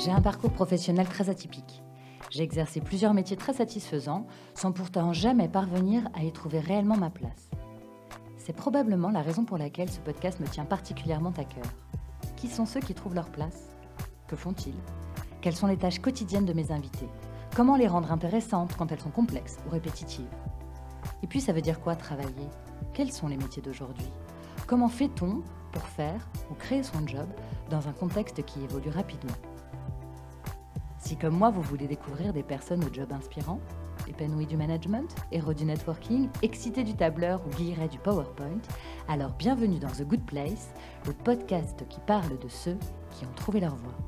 J'ai un parcours professionnel très atypique. J'ai exercé plusieurs métiers très satisfaisants, sans pourtant jamais parvenir à y trouver réellement ma place. C'est probablement la raison pour laquelle ce podcast me tient particulièrement à cœur. Qui sont ceux qui trouvent leur place? Que font-ils? Quelles sont les tâches quotidiennes de mes invités? Comment les rendre intéressantes quand elles sont complexes ou répétitives? Et puis ça veut dire quoi travailler? Quels sont les métiers d'aujourd'hui? Comment fait-on pour faire ou créer son job dans un contexte qui évolue rapidement? Si comme moi vous voulez découvrir des personnes au job inspirant, épanouies du management, héros du networking, excités du tableur ou guillerets du PowerPoint, alors bienvenue dans The Good Place, le podcast qui parle de ceux qui ont trouvé leur voie.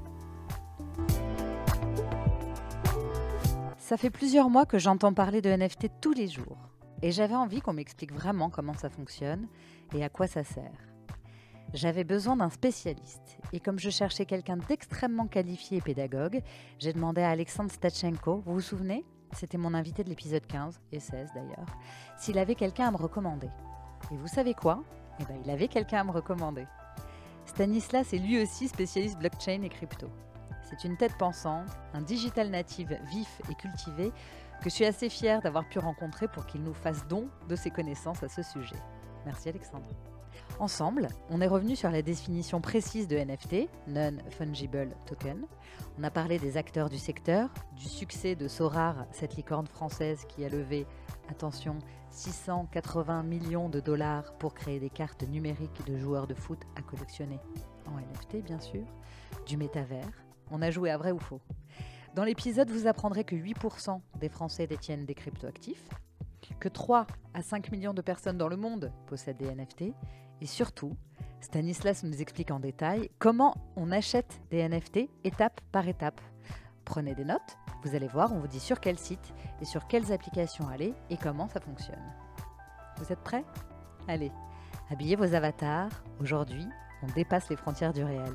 Ça fait plusieurs mois que j'entends parler de NFT tous les jours. Et j'avais envie qu'on m'explique vraiment comment ça fonctionne et à quoi ça sert. J'avais besoin d'un spécialiste. Et comme je cherchais quelqu'un d'extrêmement qualifié et pédagogue, j'ai demandé à Alexandre Stachenko, vous vous souvenez? C'était mon invité de l'épisode 15, et 16 d'ailleurs, s'il avait quelqu'un à me recommander. Et vous savez quoi? Il avait quelqu'un à me recommander. Stanislas est lui aussi spécialiste blockchain et crypto. C'est une tête pensante, un digital native vif et cultivé que je suis assez fière d'avoir pu rencontrer pour qu'il nous fasse don de ses connaissances à ce sujet. Merci Alexandre. Ensemble, on est revenu sur la définition précise de NFT, Non-Fungible Token. On a parlé des acteurs du secteur, du succès de Sorare, cette licorne française qui a levé, attention, 680 millions de dollars pour créer des cartes numériques de joueurs de foot à collectionner, en NFT bien sûr, du métavers. On a joué à vrai ou faux. Dans l'épisode, vous apprendrez que 8% des Français détiennent des cryptoactifs, que 3 à 5 millions de personnes dans le monde possèdent des NFT, et surtout, Stanislas nous explique en détail comment on achète des NFT étape par étape. Prenez des notes, vous allez voir, on vous dit sur quel site et sur quelles applications aller et comment ça fonctionne. Vous êtes prêts? Allez, habillez vos avatars. Aujourd'hui, on dépasse les frontières du réel.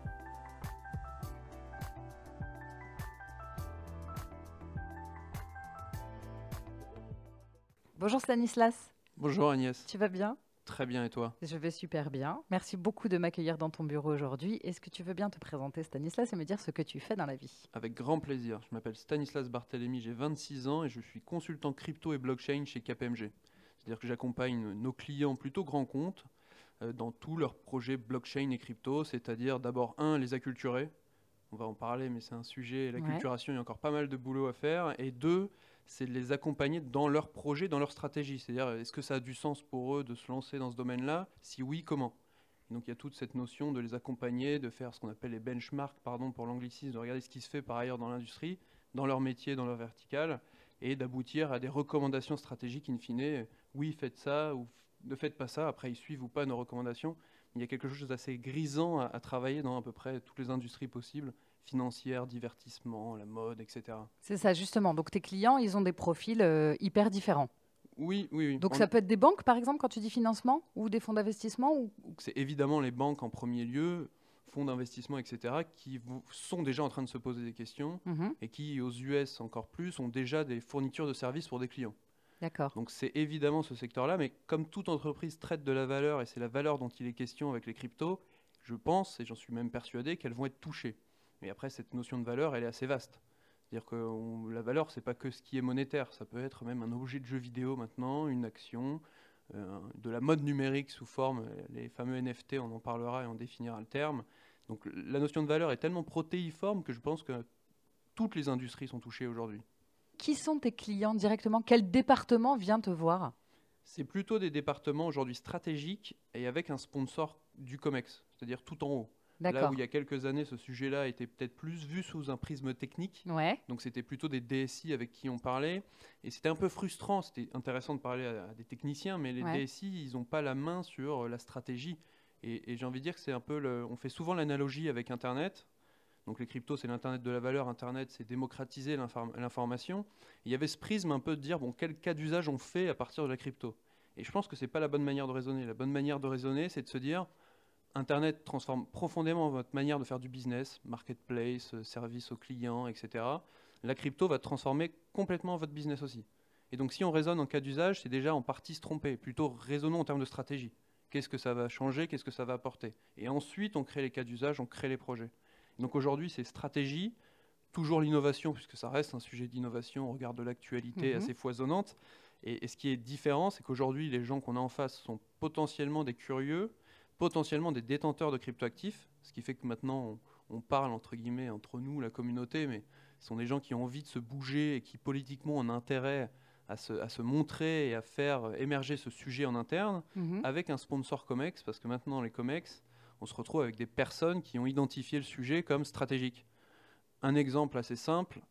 Bonjour Stanislas. Bonjour Agnès. Tu vas bien? Très bien, et toi? Je vais super bien. Merci beaucoup de m'accueillir dans ton bureau aujourd'hui. Est-ce que tu veux bien te présenter Stanislas et me dire ce que tu fais dans la vie? Avec grand plaisir. Je m'appelle Stanislas Barthélémy, j'ai 26 ans et je suis consultant crypto et blockchain chez KPMG. C'est-à-dire que j'accompagne nos clients plutôt grands comptes dans tous leurs projets blockchain et crypto, c'est-à-dire d'abord, les acculturer. On va en parler, mais c'est un sujet, l'acculturation, il y a encore pas mal de boulot à faire. Et 2, c'est de les accompagner dans leur projet, dans leur stratégie. C'est-à-dire, est-ce que ça a du sens pour eux de se lancer dans ce domaine-là? Si oui, comment? Et donc il y a toute cette notion de les accompagner, de faire ce qu'on appelle les benchmarks, pour l'anglicisme, de regarder ce qui se fait par ailleurs dans l'industrie, dans leur métier, dans leur verticale, et d'aboutir à des recommandations stratégiques in fine. Oui, faites ça, ou ne faites pas ça. Après, ils suivent ou pas nos recommandations. Il y a quelque chose d'assez grisant à travailler dans à peu près toutes les industries possibles, financières, divertissement, la mode, etc. C'est ça, justement. Donc, tes clients, ils ont des profils hyper différents. Oui. Donc, ça peut être des banques, par exemple, quand tu dis financement, ou des fonds d'investissement ou... C'est évidemment les banques en premier lieu, fonds d'investissement, etc., qui sont déjà en train de se poser des questions et qui, aux US encore plus, ont déjà des fournitures de services pour des clients. D'accord. Donc c'est évidemment ce secteur-là, mais comme toute entreprise traite de la valeur, et c'est la valeur dont il est question avec les cryptos, je pense, et j'en suis même persuadé, qu'elles vont être touchées. Mais après, cette notion de valeur, elle est assez vaste. C'est-à-dire que la valeur, c'est pas que ce qui est monétaire, ça peut être même un objet de jeu vidéo maintenant, une action, de la mode numérique sous forme, les fameux NFT, on en parlera et on définira le terme. Donc la notion de valeur est tellement protéiforme que je pense que toutes les industries sont touchées aujourd'hui. Qui sont tes clients directement? Quel département vient te voir? C'est plutôt des départements aujourd'hui stratégiques et avec un sponsor du COMEX, c'est-à-dire tout en haut. D'accord. Là où il y a quelques années, ce sujet-là était peut-être plus vu sous un prisme technique. Ouais. Donc c'était plutôt des DSI avec qui on parlait. Et c'était un peu frustrant, c'était intéressant de parler à des techniciens, mais les DSI, ils n'ont pas la main sur la stratégie. Et j'ai envie de dire que c'est un peu... On fait souvent l'analogie avec Internet. Donc les cryptos, c'est l'Internet de la valeur. Internet, c'est démocratiser l'information. Il y avait ce prisme un peu de dire, quel cas d'usage on fait à partir de la crypto? Et je pense que ce n'est pas la bonne manière de raisonner. La bonne manière de raisonner, c'est de se dire, Internet transforme profondément votre manière de faire du business, marketplace, service aux clients, etc. La crypto va transformer complètement votre business aussi. Et donc si on raisonne en cas d'usage, c'est déjà en partie se tromper. Plutôt raisonnons en termes de stratégie. Qu'est-ce que ça va changer? Qu'est-ce que ça va apporter? Et ensuite, on crée les cas d'usage, on crée les projets. Donc aujourd'hui, c'est stratégie, toujours l'innovation, puisque ça reste un sujet d'innovation au regard de l'actualité assez foisonnante. Et ce qui est différent, c'est qu'aujourd'hui, les gens qu'on a en face sont potentiellement des curieux, potentiellement des détenteurs de cryptoactifs, ce qui fait que maintenant, on parle, entre guillemets, entre nous, la communauté, mais ce sont des gens qui ont envie de se bouger et qui, politiquement, ont intérêt à se montrer et à faire émerger ce sujet en interne, avec un sponsor COMEX, parce que maintenant, les COMEX, on se retrouve avec des personnes qui ont identifié le sujet comme stratégique. Un exemple assez simple,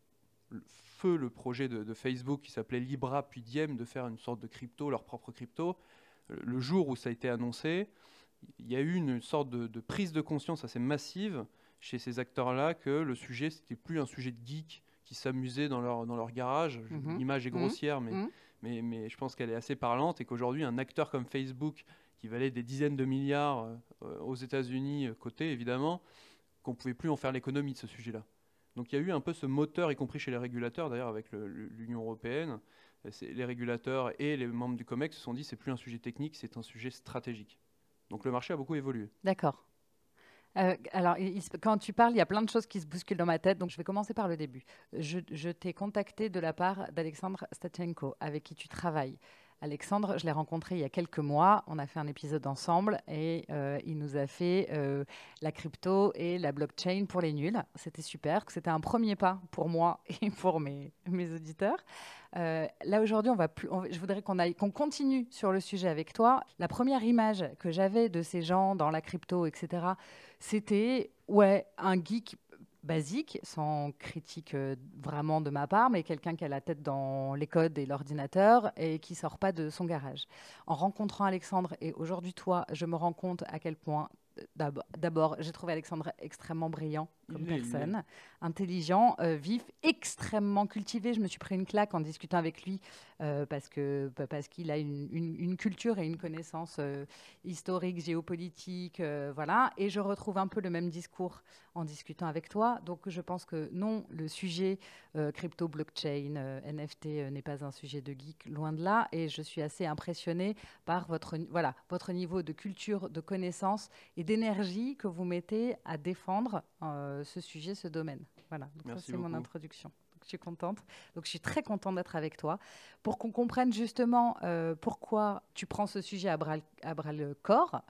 le projet de Facebook qui s'appelait Libra puis Diem, de faire une sorte de crypto, leur propre crypto. Le jour où ça a été annoncé, il y a eu une sorte de prise de conscience assez massive chez ces acteurs-là que le sujet, c'était plus un sujet de geek qui s'amusait dans leur garage. L'image est grossière, mais je pense qu'elle est assez parlante, et qu'aujourd'hui, un acteur comme Facebook, qui valait des dizaines de milliards aux États-Unis, coté évidemment, qu'on ne pouvait plus en faire l'économie de ce sujet-là. Donc il y a eu un peu ce moteur, y compris chez les régulateurs, d'ailleurs avec l'Union européenne. Les régulateurs et les membres du COMEX se sont dit c'est plus un sujet technique, c'est un sujet stratégique. Donc le marché a beaucoup évolué. D'accord. Alors, quand tu parles, il y a plein de choses qui se bousculent dans ma tête, donc je vais commencer par le début. Je t'ai contacté de la part d'Alexandre Stachenko, avec qui tu travailles. Alexandre, je l'ai rencontré il y a quelques mois, on a fait un épisode ensemble et il nous a fait la crypto et la blockchain pour les nuls. C'était super, c'était un premier pas pour moi et pour mes auditeurs. Là aujourd'hui, je voudrais qu'on continue sur le sujet avec toi. La première image que j'avais de ces gens dans la crypto, etc., c'était un geek basique, sans critique vraiment de ma part, mais quelqu'un qui a la tête dans les codes et l'ordinateur et qui sort pas de son garage. En rencontrant Alexandre et aujourd'hui toi, je me rends compte à quel point d'abord, j'ai trouvé Alexandre extrêmement brillant comme personne, intelligent, vif, extrêmement cultivé. Je me suis pris une claque en discutant avec lui parce qu'il a une culture et une connaissance historique, géopolitique, voilà. Et je retrouve un peu le même discours en discutant avec toi. Donc, je pense que non, le sujet crypto, blockchain, NFT n'est pas un sujet de geek, loin de là. Et je suis assez impressionnée par votre niveau de culture, de connaissance et d'énergie que vous mettez à défendre ce sujet, ce domaine. Voilà, donc ça, c'est mon introduction. Donc, je suis contente. Donc, je suis très contente d'être avec toi pour qu'on comprenne justement pourquoi tu prends ce sujet à bras le corps.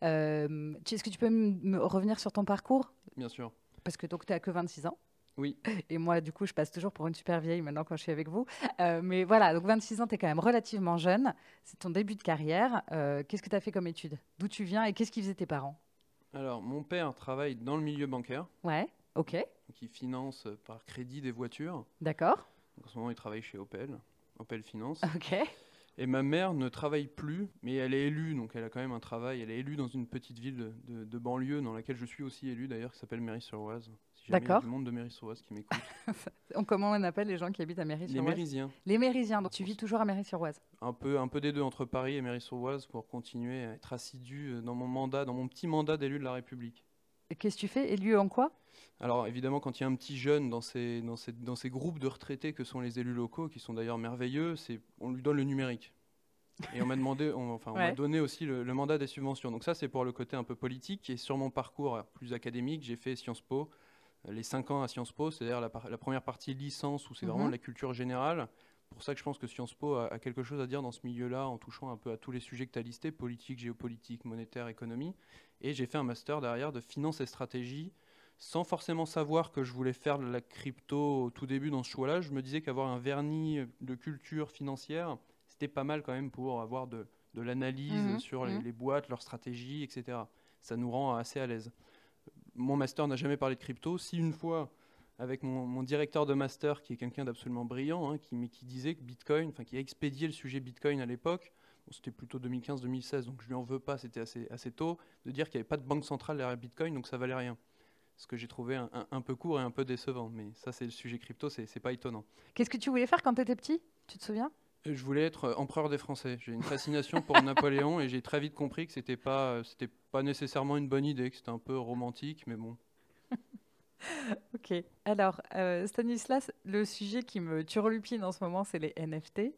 Est-ce que tu peux me revenir sur ton parcours ? Bien sûr. Parce que tu n'as que 26 ans. Oui. Et moi, du coup, je passe toujours pour une super vieille maintenant quand je suis avec vous. Mais voilà, donc 26 ans, tu es quand même relativement jeune. C'est ton début de carrière. Qu'est-ce que tu as fait comme études ? D'où tu viens et qu'est-ce qu'ils faisaient tes parents ? Alors, mon père travaille dans le milieu bancaire. Ouais, ok. Donc, il finance par crédit des voitures. D'accord. Donc, en ce moment, il travaille chez Opel Finance. Ok. Et ma mère ne travaille plus, mais elle est élue, donc elle a quand même un travail. Elle est élue dans une petite ville de banlieue dans laquelle je suis aussi élu d'ailleurs, qui s'appelle Méry-sur-Oise. Si jamais il y a du monde de Méry-sur-Oise qui m'écoute. Comment on appelle les gens qui habitent à Méry-sur-Oise ? Les Mérisiens. Les Mérisiens, donc tu vis toujours à Méry-sur-Oise ? Un peu des deux, entre Paris et Méry-sur-Oise, pour continuer à être assidu dans mon petit mandat d'élu de la République. Et qu'est-ce que tu fais ? Élu en quoi ? Alors évidemment, quand il y a un petit jeune dans ces groupes de retraités que sont les élus locaux, qui sont d'ailleurs merveilleux, on lui donne le numérique. Et on m'a donné aussi le mandat des subventions. Donc ça, c'est pour le côté un peu politique. Et sur mon parcours plus académique, j'ai fait Sciences Po, les 5 ans à Sciences Po, c'est-à-dire la première partie licence où c'est vraiment de la culture générale. Pour ça que je pense que Sciences Po a quelque chose à dire dans ce milieu-là, en touchant un peu à tous les sujets que tu as listés, politique, géopolitique, monétaire, économie. Et j'ai fait un master derrière de finance et stratégie, sans forcément savoir que je voulais faire de la crypto au tout début dans ce choix-là. Je me disais qu'avoir un vernis de culture financière, c'était pas mal quand même pour avoir de l'analyse sur les boîtes, leurs stratégies, etc. Ça nous rend assez à l'aise. Mon master n'a jamais parlé de crypto. Si une fois, avec mon directeur de master, qui est quelqu'un d'absolument brillant, qui disait que Bitcoin, qui a expédié le sujet Bitcoin à l'époque, c'était plutôt 2015-2016, donc je lui en veux pas, c'était assez tôt, de dire qu'il n'y avait pas de banque centrale derrière Bitcoin, donc ça valait rien. Ce que j'ai trouvé un peu court et un peu décevant. Mais ça, c'est le sujet crypto, c'est pas étonnant. Qu'est-ce que tu voulais faire quand tu étais petit ? Tu te souviens ? Je voulais être empereur des Français. J'ai une fascination pour Napoléon et j'ai très vite compris que c'était pas nécessairement une bonne idée, que c'était un peu romantique, mais bon. Ok. Alors, Stanislas, le sujet qui me turlupine en ce moment, c'est les NFT.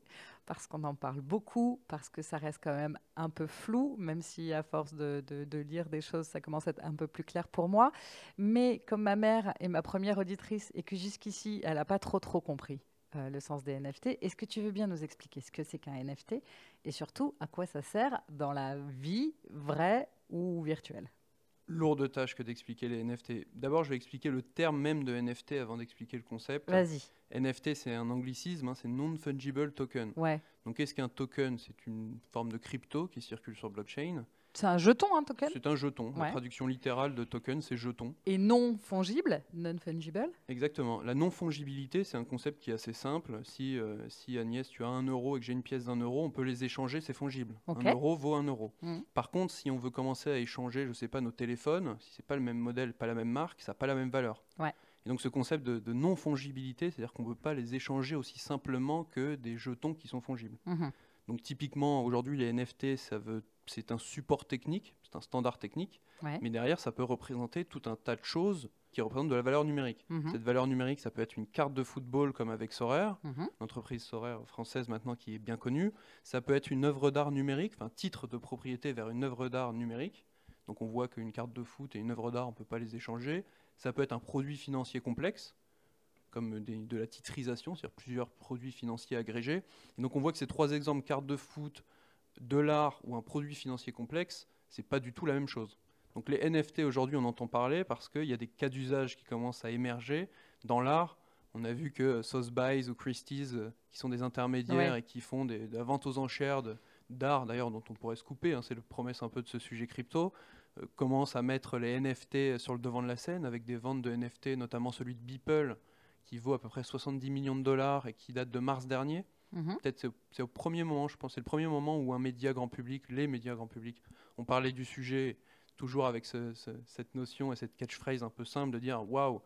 parce qu'on en parle beaucoup, parce que ça reste quand même un peu flou, même si à force de lire des choses, ça commence à être un peu plus clair pour moi. Mais comme ma mère est ma première auditrice et que jusqu'ici, elle n'a pas trop compris le sens des NFT, est-ce que tu veux bien nous expliquer ce que c'est qu'un NFT et surtout à quoi ça sert dans la vie vraie ou virtuelle? Lourde tâche que d'expliquer les NFT. D'abord, je vais expliquer le terme même de NFT avant d'expliquer le concept. Vas-y. NFT, c'est un anglicisme, c'est Non-Fungible Token. Ouais. Donc, qu'est-ce qu'un token? C'est une forme de crypto qui circule sur blockchain. C'est un jeton, un token? C'est un jeton. La Ouais. traduction littérale de token, c'est jeton. Et non fongible, non-fungible? Exactement. La non-fongibilité, c'est un concept qui est assez simple. Si Agnès, tu as 1 euro et que j'ai une pièce d'1 euro, on peut les échanger, c'est fongible. Ok. 1 euro vaut 1 euro. Mhm. Par contre, si on veut commencer à échanger, je ne sais pas, nos téléphones, si c'est pas le même modèle, pas la même marque, ça n'a pas la même valeur. Ouais. Et donc ce concept de non-fongibilité, c'est-à-dire qu'on ne peut pas les échanger aussi simplement que des jetons qui sont fongibles. Mhm. Donc typiquement, aujourd'hui, les NFT, c'est un support technique, c'est un standard technique, Ouais. mais derrière, ça peut représenter tout un tas de choses qui représentent de la valeur numérique. Mhm. Cette valeur numérique, ça peut être une carte de football comme avec Sorare, Mhm. l'entreprise Sorare française maintenant qui est bien connue. Ça peut être une œuvre d'art numérique, enfin titre de propriété vers une œuvre d'art numérique. Donc on voit qu'une carte de foot et une œuvre d'art, on ne peut pas les échanger. Ça peut être un produit financier complexe, comme de la titrisation, c'est-à-dire plusieurs produits financiers agrégés. Et donc on voit que ces trois exemples, carte de foot, de l'art ou un produit financier complexe, c'est pas du tout la même chose. Donc les NFT aujourd'hui, on entend parler parce qu'il y a des cas d'usage qui commencent à émerger. Dans l'art, on a vu que Sotheby's ou Christie's, qui sont des intermédiaires et qui font de la vente aux enchères d'art, d'ailleurs, dont on pourrait se couper, c'est la promesse un peu de ce sujet crypto, commencent à mettre les NFT sur le devant de la scène avec des ventes de NFT, notamment celui de Beeple, qui vaut à peu près 70 millions de dollars et qui date de mars dernier. Mhm. Peut-être c'est au premier moment, je pense, c'est le premier moment où un média grand public, les médias grand public, ont parlé du sujet, toujours avec cette notion et cette catchphrase un peu simple de dire waouh,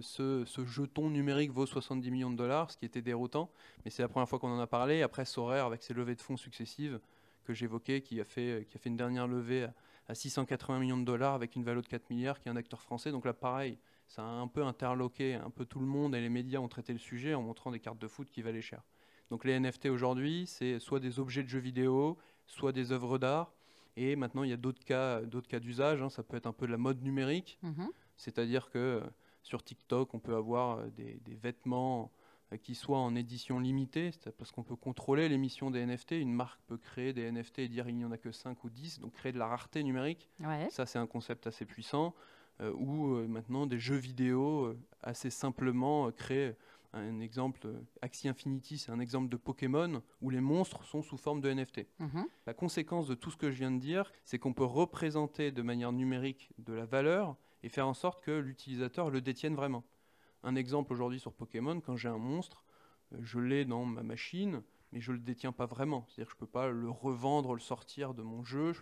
ce jeton numérique vaut 70 millions de dollars, ce qui était déroutant, mais c'est la première fois qu'on en a parlé. Après Sorare, avec ses levées de fonds successives que j'évoquais, qui a fait une dernière levée à 680 millions de dollars avec une valeur de 4 milliards, qui est un acteur français. Donc là, pareil, ça a un peu interloqué un peu tout le monde et les médias ont traité le sujet en montrant des cartes de foot qui valaient cher. Donc les NFT aujourd'hui, c'est soit des objets de jeux vidéo, soit des œuvres d'art. Et maintenant, il y a d'autres cas d'usage. Ça peut être un peu de la mode numérique. Mhm. C'est-à-dire que sur TikTok, on peut avoir des vêtements qui soient en édition limitée, parce qu'on peut contrôler l'émission des NFT. Une marque peut créer des NFT et dire il n'y en a que 5 ou 10, donc créer de la rareté numérique. Ouais. Ça, c'est un concept assez puissant. Ou maintenant, des jeux vidéo assez simplement créés. Un exemple, Axie Infinity, c'est un exemple de Pokémon où les monstres sont sous forme de NFT. Mhm. La conséquence de tout ce que je viens de dire, c'est qu'on peut représenter de manière numérique de la valeur et faire en sorte que l'utilisateur le détienne vraiment. Un exemple aujourd'hui sur Pokémon, quand j'ai un monstre, je l'ai dans ma machine, mais je ne le détiens pas vraiment. C'est-à-dire que je ne peux pas le revendre, le sortir de mon jeu,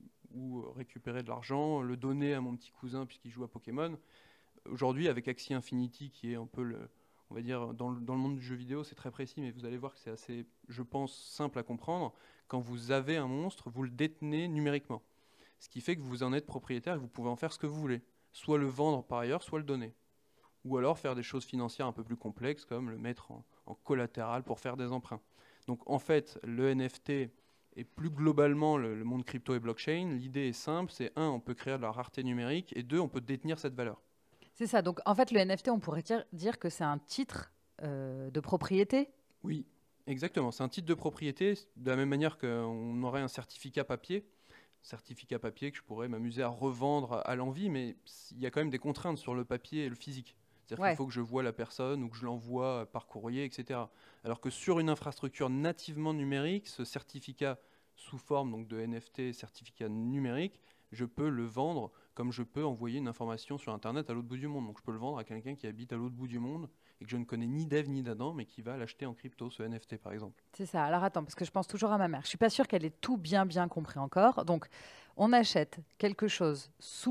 ou récupérer de l'argent, le donner à mon petit cousin puisqu'il joue à Pokémon. Aujourd'hui, avec Axie Infinity, qui est un peu on va dire, dans le monde du jeu vidéo, c'est très précis, mais vous allez voir que c'est assez, je pense, simple à comprendre. Quand vous avez un monstre, vous le détenez numériquement. Ce qui fait que vous en êtes propriétaire et vous pouvez en faire ce que vous voulez. Soit le vendre par ailleurs, soit le donner. Ou alors faire des choses financières un peu plus complexes, comme le mettre en collatéral pour faire des emprunts. Donc en fait, le NFT et plus globalement le monde crypto et blockchain, l'idée est simple, c'est on peut créer de la rareté numérique, et 2, on peut détenir cette valeur. C'est ça. Donc, en fait, le NFT, on pourrait dire que c'est un titre de propriété. Oui, exactement. C'est un titre de propriété, de la même manière qu'on aurait un certificat papier que je pourrais m'amuser à revendre à l'envi, mais il y a quand même des contraintes sur le papier et le physique. C'est-à-dire qu'il faut que je voie la personne ou que je l'envoie par courrier, etc. Alors que sur une infrastructure nativement numérique, ce certificat sous forme donc, de NFT, certificat numérique, je peux le vendre comme je peux envoyer une information sur Internet à l'autre bout du monde. Donc je peux le vendre à quelqu'un qui habite à l'autre bout du monde et que je ne connais ni d'Ève ni d'Adam, mais qui va l'acheter en crypto, ce NFT par exemple. C'est ça. Alors attends, parce que je pense toujours à ma mère. Je suis pas sûre qu'elle ait tout bien compris encore. Donc on achète quelque chose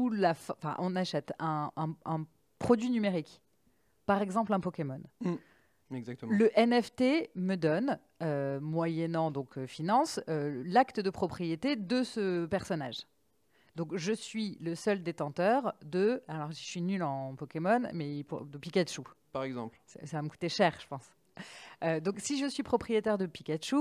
on achète un produit numérique, par exemple un Pokémon. Exactement. Le NFT me donne, moyennant donc finance, l'acte de propriété de ce personnage. Donc, je suis le seul détenteur alors je suis nulle en Pokémon, mais de Pikachu. Par exemple. Ça va me coûter cher, je pense. Donc, si je suis propriétaire de Pikachu,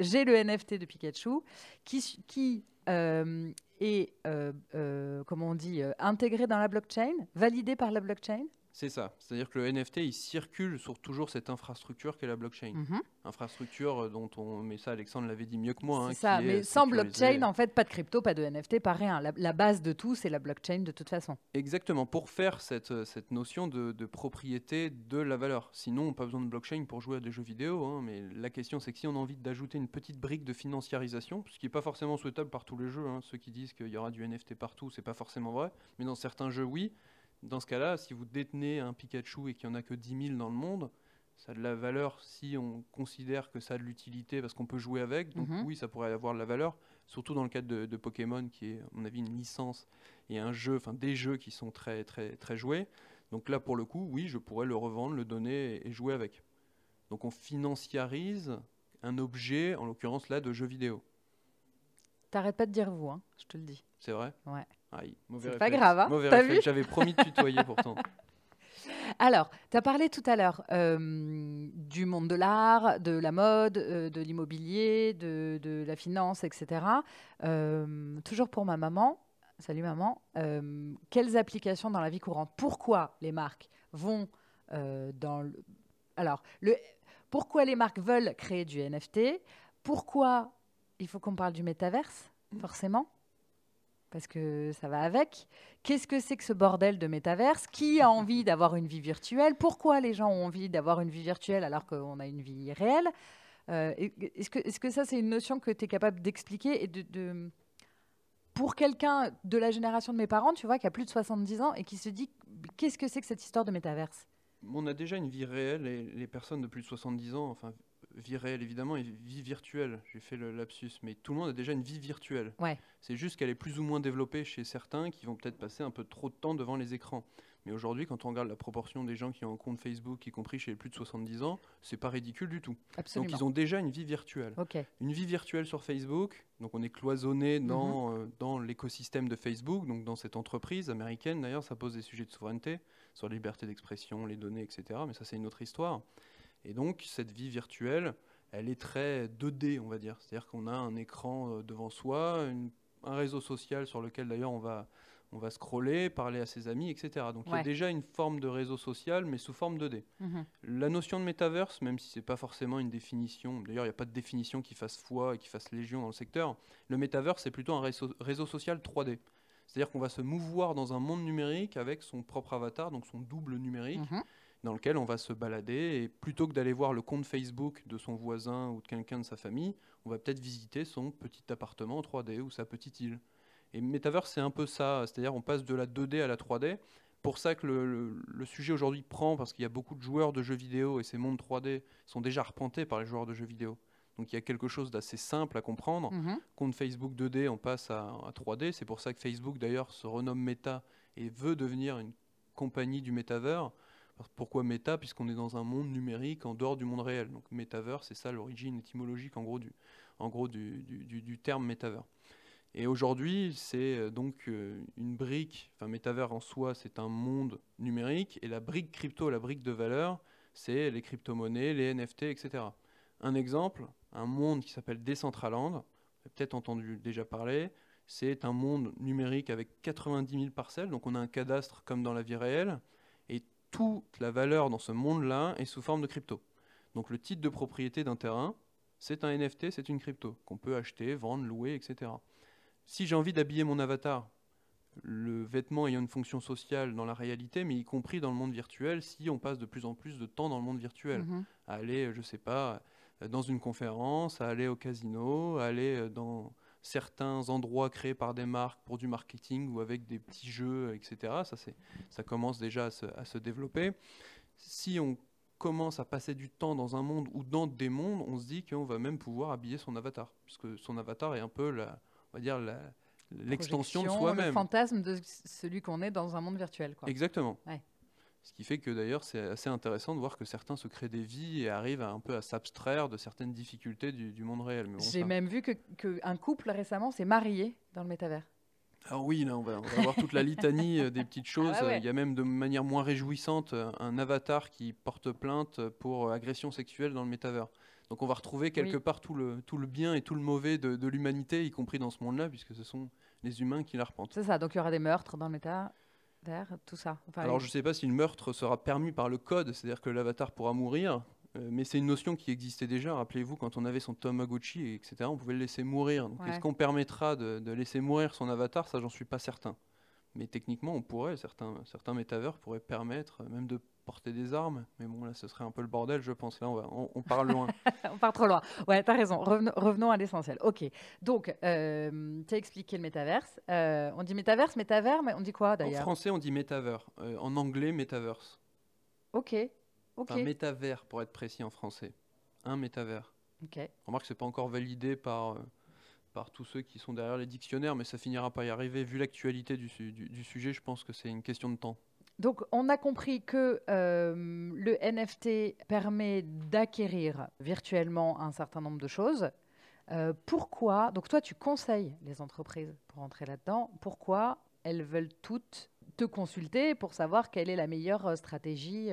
j'ai le NFT de Pikachu qui est, comment on dit, intégré dans la blockchain, validé par la blockchain. C'est ça. C'est-à-dire que le NFT, il circule sur toujours cette infrastructure qu'est la blockchain. Infrastructure dont mais ça, Alexandre l'avait dit mieux que moi. C'est ça, mais sans blockchain, en fait, pas de crypto, pas de NFT, pas rien. La base de tout, c'est la blockchain de toute façon. Exactement, pour faire cette notion de propriété de la valeur. Sinon, on n'a pas besoin de blockchain pour jouer à des jeux vidéo. Hein, mais la question, c'est que si on a envie d'ajouter une petite brique de financiarisation, ce qui n'est pas forcément souhaitable par tous les jeux, hein, ceux qui disent qu'il y aura du NFT partout, c'est pas forcément vrai. Mais dans certains jeux, oui. Dans ce cas-là, si vous détenez un Pikachu et qu'il n'y en a que 10 000 dans le monde, ça a de la valeur si on considère que ça a de l'utilité parce qu'on peut jouer avec. Donc oui, ça pourrait avoir de la valeur, surtout dans le cadre de Pokémon, qui est, à mon avis, une licence et un jeu, enfin des jeux qui sont très, très, très joués. Donc là, pour le coup, oui, je pourrais le revendre, le donner et jouer avec. Donc on financiarise un objet, en l'occurrence là, de jeux vidéo. T'arrêtes pas de dire vous, hein, je te le dis. C'est vrai ? Ouais. Aïe, c'est pas grave, hein, mauvais t'as réflexe. vu ? J'avais promis de tutoyer pourtant. Alors, tu as parlé tout à l'heure du monde de l'art, de la mode, de l'immobilier, de la finance, etc. Toujours pour ma maman, salut maman, quelles applications dans la vie courante ? Pourquoi les marques vont dans le... Alors, pourquoi les marques veulent créer du NFT ? Pourquoi il faut qu'on parle du métaverse, forcément ? Parce que ça va avec. Qu'est-ce que c'est que ce bordel de métaverse ? Qui a envie d'avoir une vie virtuelle ? Pourquoi les gens ont envie d'avoir une vie virtuelle alors qu'on a une vie réelle ? Est-ce que ça, c'est une notion que tu es capable d'expliquer et pour quelqu'un de la génération de mes parents, tu vois, qui a plus de 70 ans et qui se dit qu'est-ce que c'est que cette histoire de métaverse ? On a déjà une vie réelle et les personnes de plus de 70 ans, enfin, vie réelle évidemment et vie virtuelle, j'ai fait le lapsus, mais tout le monde a déjà une vie virtuelle. Ouais. C'est juste qu'elle est plus ou moins développée chez certains qui vont peut-être passer un peu trop de temps devant les écrans. Mais aujourd'hui, quand on regarde la proportion des gens qui ont un compte Facebook, y compris chez les plus de 70 ans, c'est pas ridicule du tout. Absolument. Donc ils ont déjà une vie virtuelle. Okay. Une vie virtuelle sur Facebook, donc on est cloisonné dans l'écosystème de Facebook, donc dans cette entreprise américaine d'ailleurs, ça pose des sujets de souveraineté sur la liberté d'expression, les données, etc. Mais ça c'est une autre histoire. Et donc, cette vie virtuelle, elle est très 2D, on va dire. C'est-à-dire qu'on a un écran devant soi, un réseau social sur lequel, d'ailleurs, on va scroller, parler à ses amis, etc. Donc, il y a déjà une forme de réseau social, mais sous forme 2D. La notion de métaverse, même si ce n'est pas forcément une définition, d'ailleurs, il n'y a pas de définition qui fasse foi et qui fasse légion dans le secteur, le métaverse, c'est plutôt un réseau social 3D. C'est-à-dire qu'on va se mouvoir dans un monde numérique avec son propre avatar, donc son double numérique, dans lequel on va se balader et plutôt que d'aller voir le compte Facebook de son voisin ou de quelqu'un de sa famille, on va peut-être visiter son petit appartement en 3D ou sa petite île. Et Metaverse, c'est un peu ça, c'est-à-dire on passe de la 2D à la 3D. Pour ça que le sujet aujourd'hui prend, parce qu'il y a beaucoup de joueurs de jeux vidéo et ces mondes 3D sont déjà arpentés par les joueurs de jeux vidéo. Donc il y a quelque chose d'assez simple à comprendre. Compte Facebook 2D, on passe à 3D. C'est pour ça que Facebook d'ailleurs se renomme Meta et veut devenir une compagnie du métavers. Pourquoi méta ? Puisqu'on est dans un monde numérique en dehors du monde réel. Donc métavers, c'est ça l'origine étymologique en gros du terme métavers. Et aujourd'hui, c'est donc une brique, enfin métavers en soi, c'est un monde numérique, et la brique crypto, la brique de valeur, c'est les crypto-monnaies, les NFT, etc. Un exemple, un monde qui s'appelle Decentraland, vous avez peut-être entendu déjà parler, c'est un monde numérique avec 90 000 parcelles, donc on a un cadastre comme dans la vie réelle, et toute la valeur dans ce monde-là est sous forme de crypto. Donc le titre de propriété d'un terrain, c'est un NFT, c'est une crypto, qu'on peut acheter, vendre, louer, etc. Si j'ai envie d'habiller mon avatar, le vêtement ayant une fonction sociale dans la réalité, mais y compris dans le monde virtuel, si on passe de plus en plus de temps dans le monde virtuel, à aller, je ne sais pas, dans une conférence, à aller au casino, à aller dans certains endroits créés par des marques pour du marketing ou avec des petits jeux, etc. Ça commence déjà à se développer. Si on commence à passer du temps dans un monde ou dans des mondes, on se dit qu'on va même pouvoir habiller son avatar, puisque son avatar est un peu on va dire l'extension de soi-même. Le fantasme de celui qu'on est dans un monde virtuel, quoi. Exactement. Ouais. Ce qui fait que d'ailleurs c'est assez intéressant de voir que certains se créent des vies et arrivent un peu à s'abstraire de certaines difficultés du monde réel. Mais bon, j'ai même vu qu'un couple récemment s'est marié dans le métavers. Alors oui, là on va voir toute la litanie des petites choses. Ah ouais. Il y a même de manière moins réjouissante un avatar qui porte plainte pour agression sexuelle dans le métavers. Donc on va retrouver quelque part tout le bien et tout le mauvais de l'humanité, y compris dans ce monde-là, puisque ce sont les humains qui l'arpentent. C'est ça, donc il y aura des meurtres dans le métavers, tout ça. Enfin, Alors je ne sais pas si le meurtre sera permis par le code, c'est-à-dire que l'avatar pourra mourir, mais c'est une notion qui existait déjà. Rappelez-vous, quand on avait son Tamagotchi, etc., on pouvait le laisser mourir. Donc est-ce qu'on permettra de laisser mourir son avatar? Ça, j'en suis pas certain. Mais techniquement, on pourrait, certains métavers pourraient permettre même de porter des armes. Mais bon, là, ce serait un peu le bordel, je pense. Là, on part loin. On part trop loin. Ouais, t'as raison. Revenons à l'essentiel. Ok. Donc, tu as expliqué le métaverse. On dit métaverse, métavers, mais on dit quoi d'ailleurs? En français, on dit metaver. En anglais, metaverse. Ok. Enfin, métavers, pour être précis en français. Un métavers. Ok. Remarque que c'est pas encore validé par tous ceux qui sont derrière les dictionnaires, mais ça finira par y arriver. Vu l'actualité du sujet, je pense que c'est une question de temps. Donc, on a compris que le NFT permet d'acquérir virtuellement un certain nombre de choses. Pourquoi, donc toi, tu conseilles les entreprises pour entrer là-dedans, pourquoi elles veulent toutes te consulter pour savoir quelle est la meilleure stratégie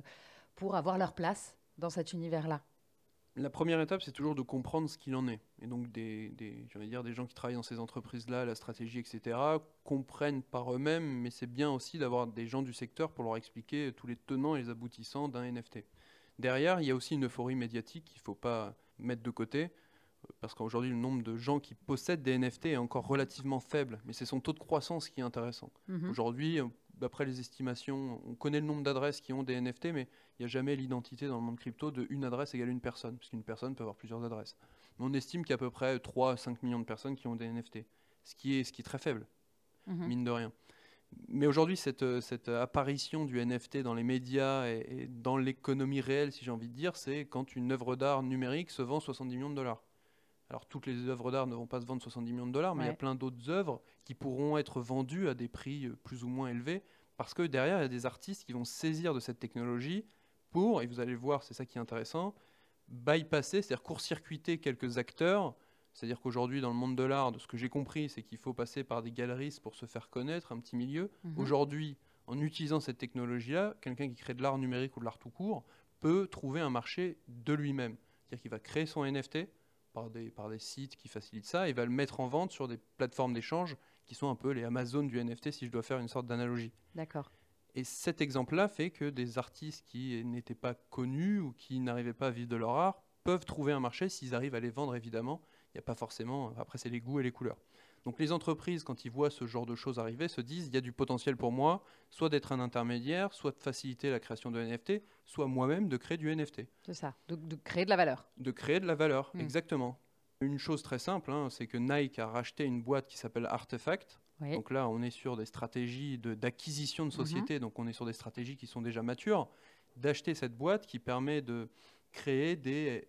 pour avoir leur place dans cet univers-là? La première étape, c'est toujours de comprendre ce qu'il en est. Et donc, des gens qui travaillent dans ces entreprises-là, la stratégie, etc., comprennent par eux-mêmes, mais c'est bien aussi d'avoir des gens du secteur pour leur expliquer tous les tenants et les aboutissants d'un NFT. Derrière, il y a aussi une euphorie médiatique qu'il ne faut pas mettre de côté, parce qu'aujourd'hui, le nombre de gens qui possèdent des NFT est encore relativement faible, mais c'est son taux de croissance qui est intéressant. Aujourd'hui, d'après les estimations, on connaît le nombre d'adresses qui ont des NFT, mais il n'y a jamais l'identité dans le monde crypto de une adresse égale une personne, parce qu'une personne peut avoir plusieurs adresses. Mais on estime qu'il y a à peu près 3 à 5 millions de personnes qui ont des NFT, ce qui est très faible, mine de rien. Mais aujourd'hui, cette apparition du NFT dans les médias et dans l'économie réelle, si j'ai envie de dire, c'est quand une œuvre d'art numérique se vend 70 millions de dollars. Alors, toutes les œuvres d'art ne vont pas se vendre 70 millions de dollars, mais il y a plein d'autres œuvres qui pourront être vendues à des prix plus ou moins élevés, parce que derrière, il y a des artistes qui vont se saisir de cette technologie pour, et vous allez voir, c'est ça qui est intéressant, bypasser, c'est-à-dire court-circuiter quelques acteurs. C'est-à-dire qu'aujourd'hui, dans le monde de l'art, de ce que j'ai compris, c'est qu'il faut passer par des galeristes pour se faire connaître, un petit milieu. Aujourd'hui, en utilisant cette technologie-là, quelqu'un qui crée de l'art numérique ou de l'art tout court peut trouver un marché de lui-même. C'est-à-dire qu'il va créer son NFT par des sites qui facilitent ça et va le mettre en vente sur des plateformes d'échange qui sont un peu les Amazon du NFT, si je dois faire une sorte d'analogie. D'accord. Et cet exemple-là fait que des artistes qui n'étaient pas connus ou qui n'arrivaient pas à vivre de leur art peuvent trouver un marché s'ils arrivent à les vendre, évidemment. Il n'y a pas forcément... Après, c'est les goûts et les couleurs. Donc les entreprises, quand ils voient ce genre de choses arriver, se disent, il y a du potentiel pour moi, soit d'être un intermédiaire, soit de faciliter la création de NFT, soit moi-même de créer du NFT. C'est ça, de créer de la valeur. De créer de la valeur, exactement. Une chose très simple, c'est que Nike a racheté une boîte qui s'appelle Artefact. Oui. Donc là, on est sur des stratégies d'acquisition de sociétés, donc on est sur des stratégies qui sont déjà matures, d'acheter cette boîte qui permet de créer des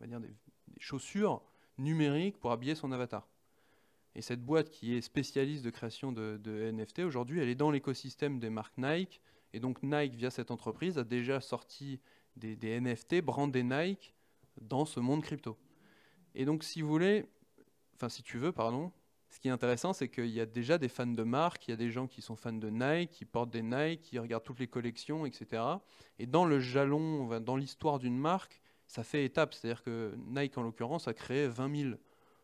chaussures numériques pour habiller son avatar. Et cette boîte qui est spécialiste de création de NFT, aujourd'hui, elle est dans l'écosystème des marques Nike. Et donc Nike, via cette entreprise, a déjà sorti des NFT brandés Nike dans ce monde crypto. Et donc, si tu veux, ce qui est intéressant, c'est qu'il y a déjà des fans de marques, il y a des gens qui sont fans de Nike, qui portent des Nike, qui regardent toutes les collections, etc. Et dans le jalon, dans l'histoire d'une marque, ça fait étape. C'est-à-dire que Nike, en l'occurrence, a créé 20 000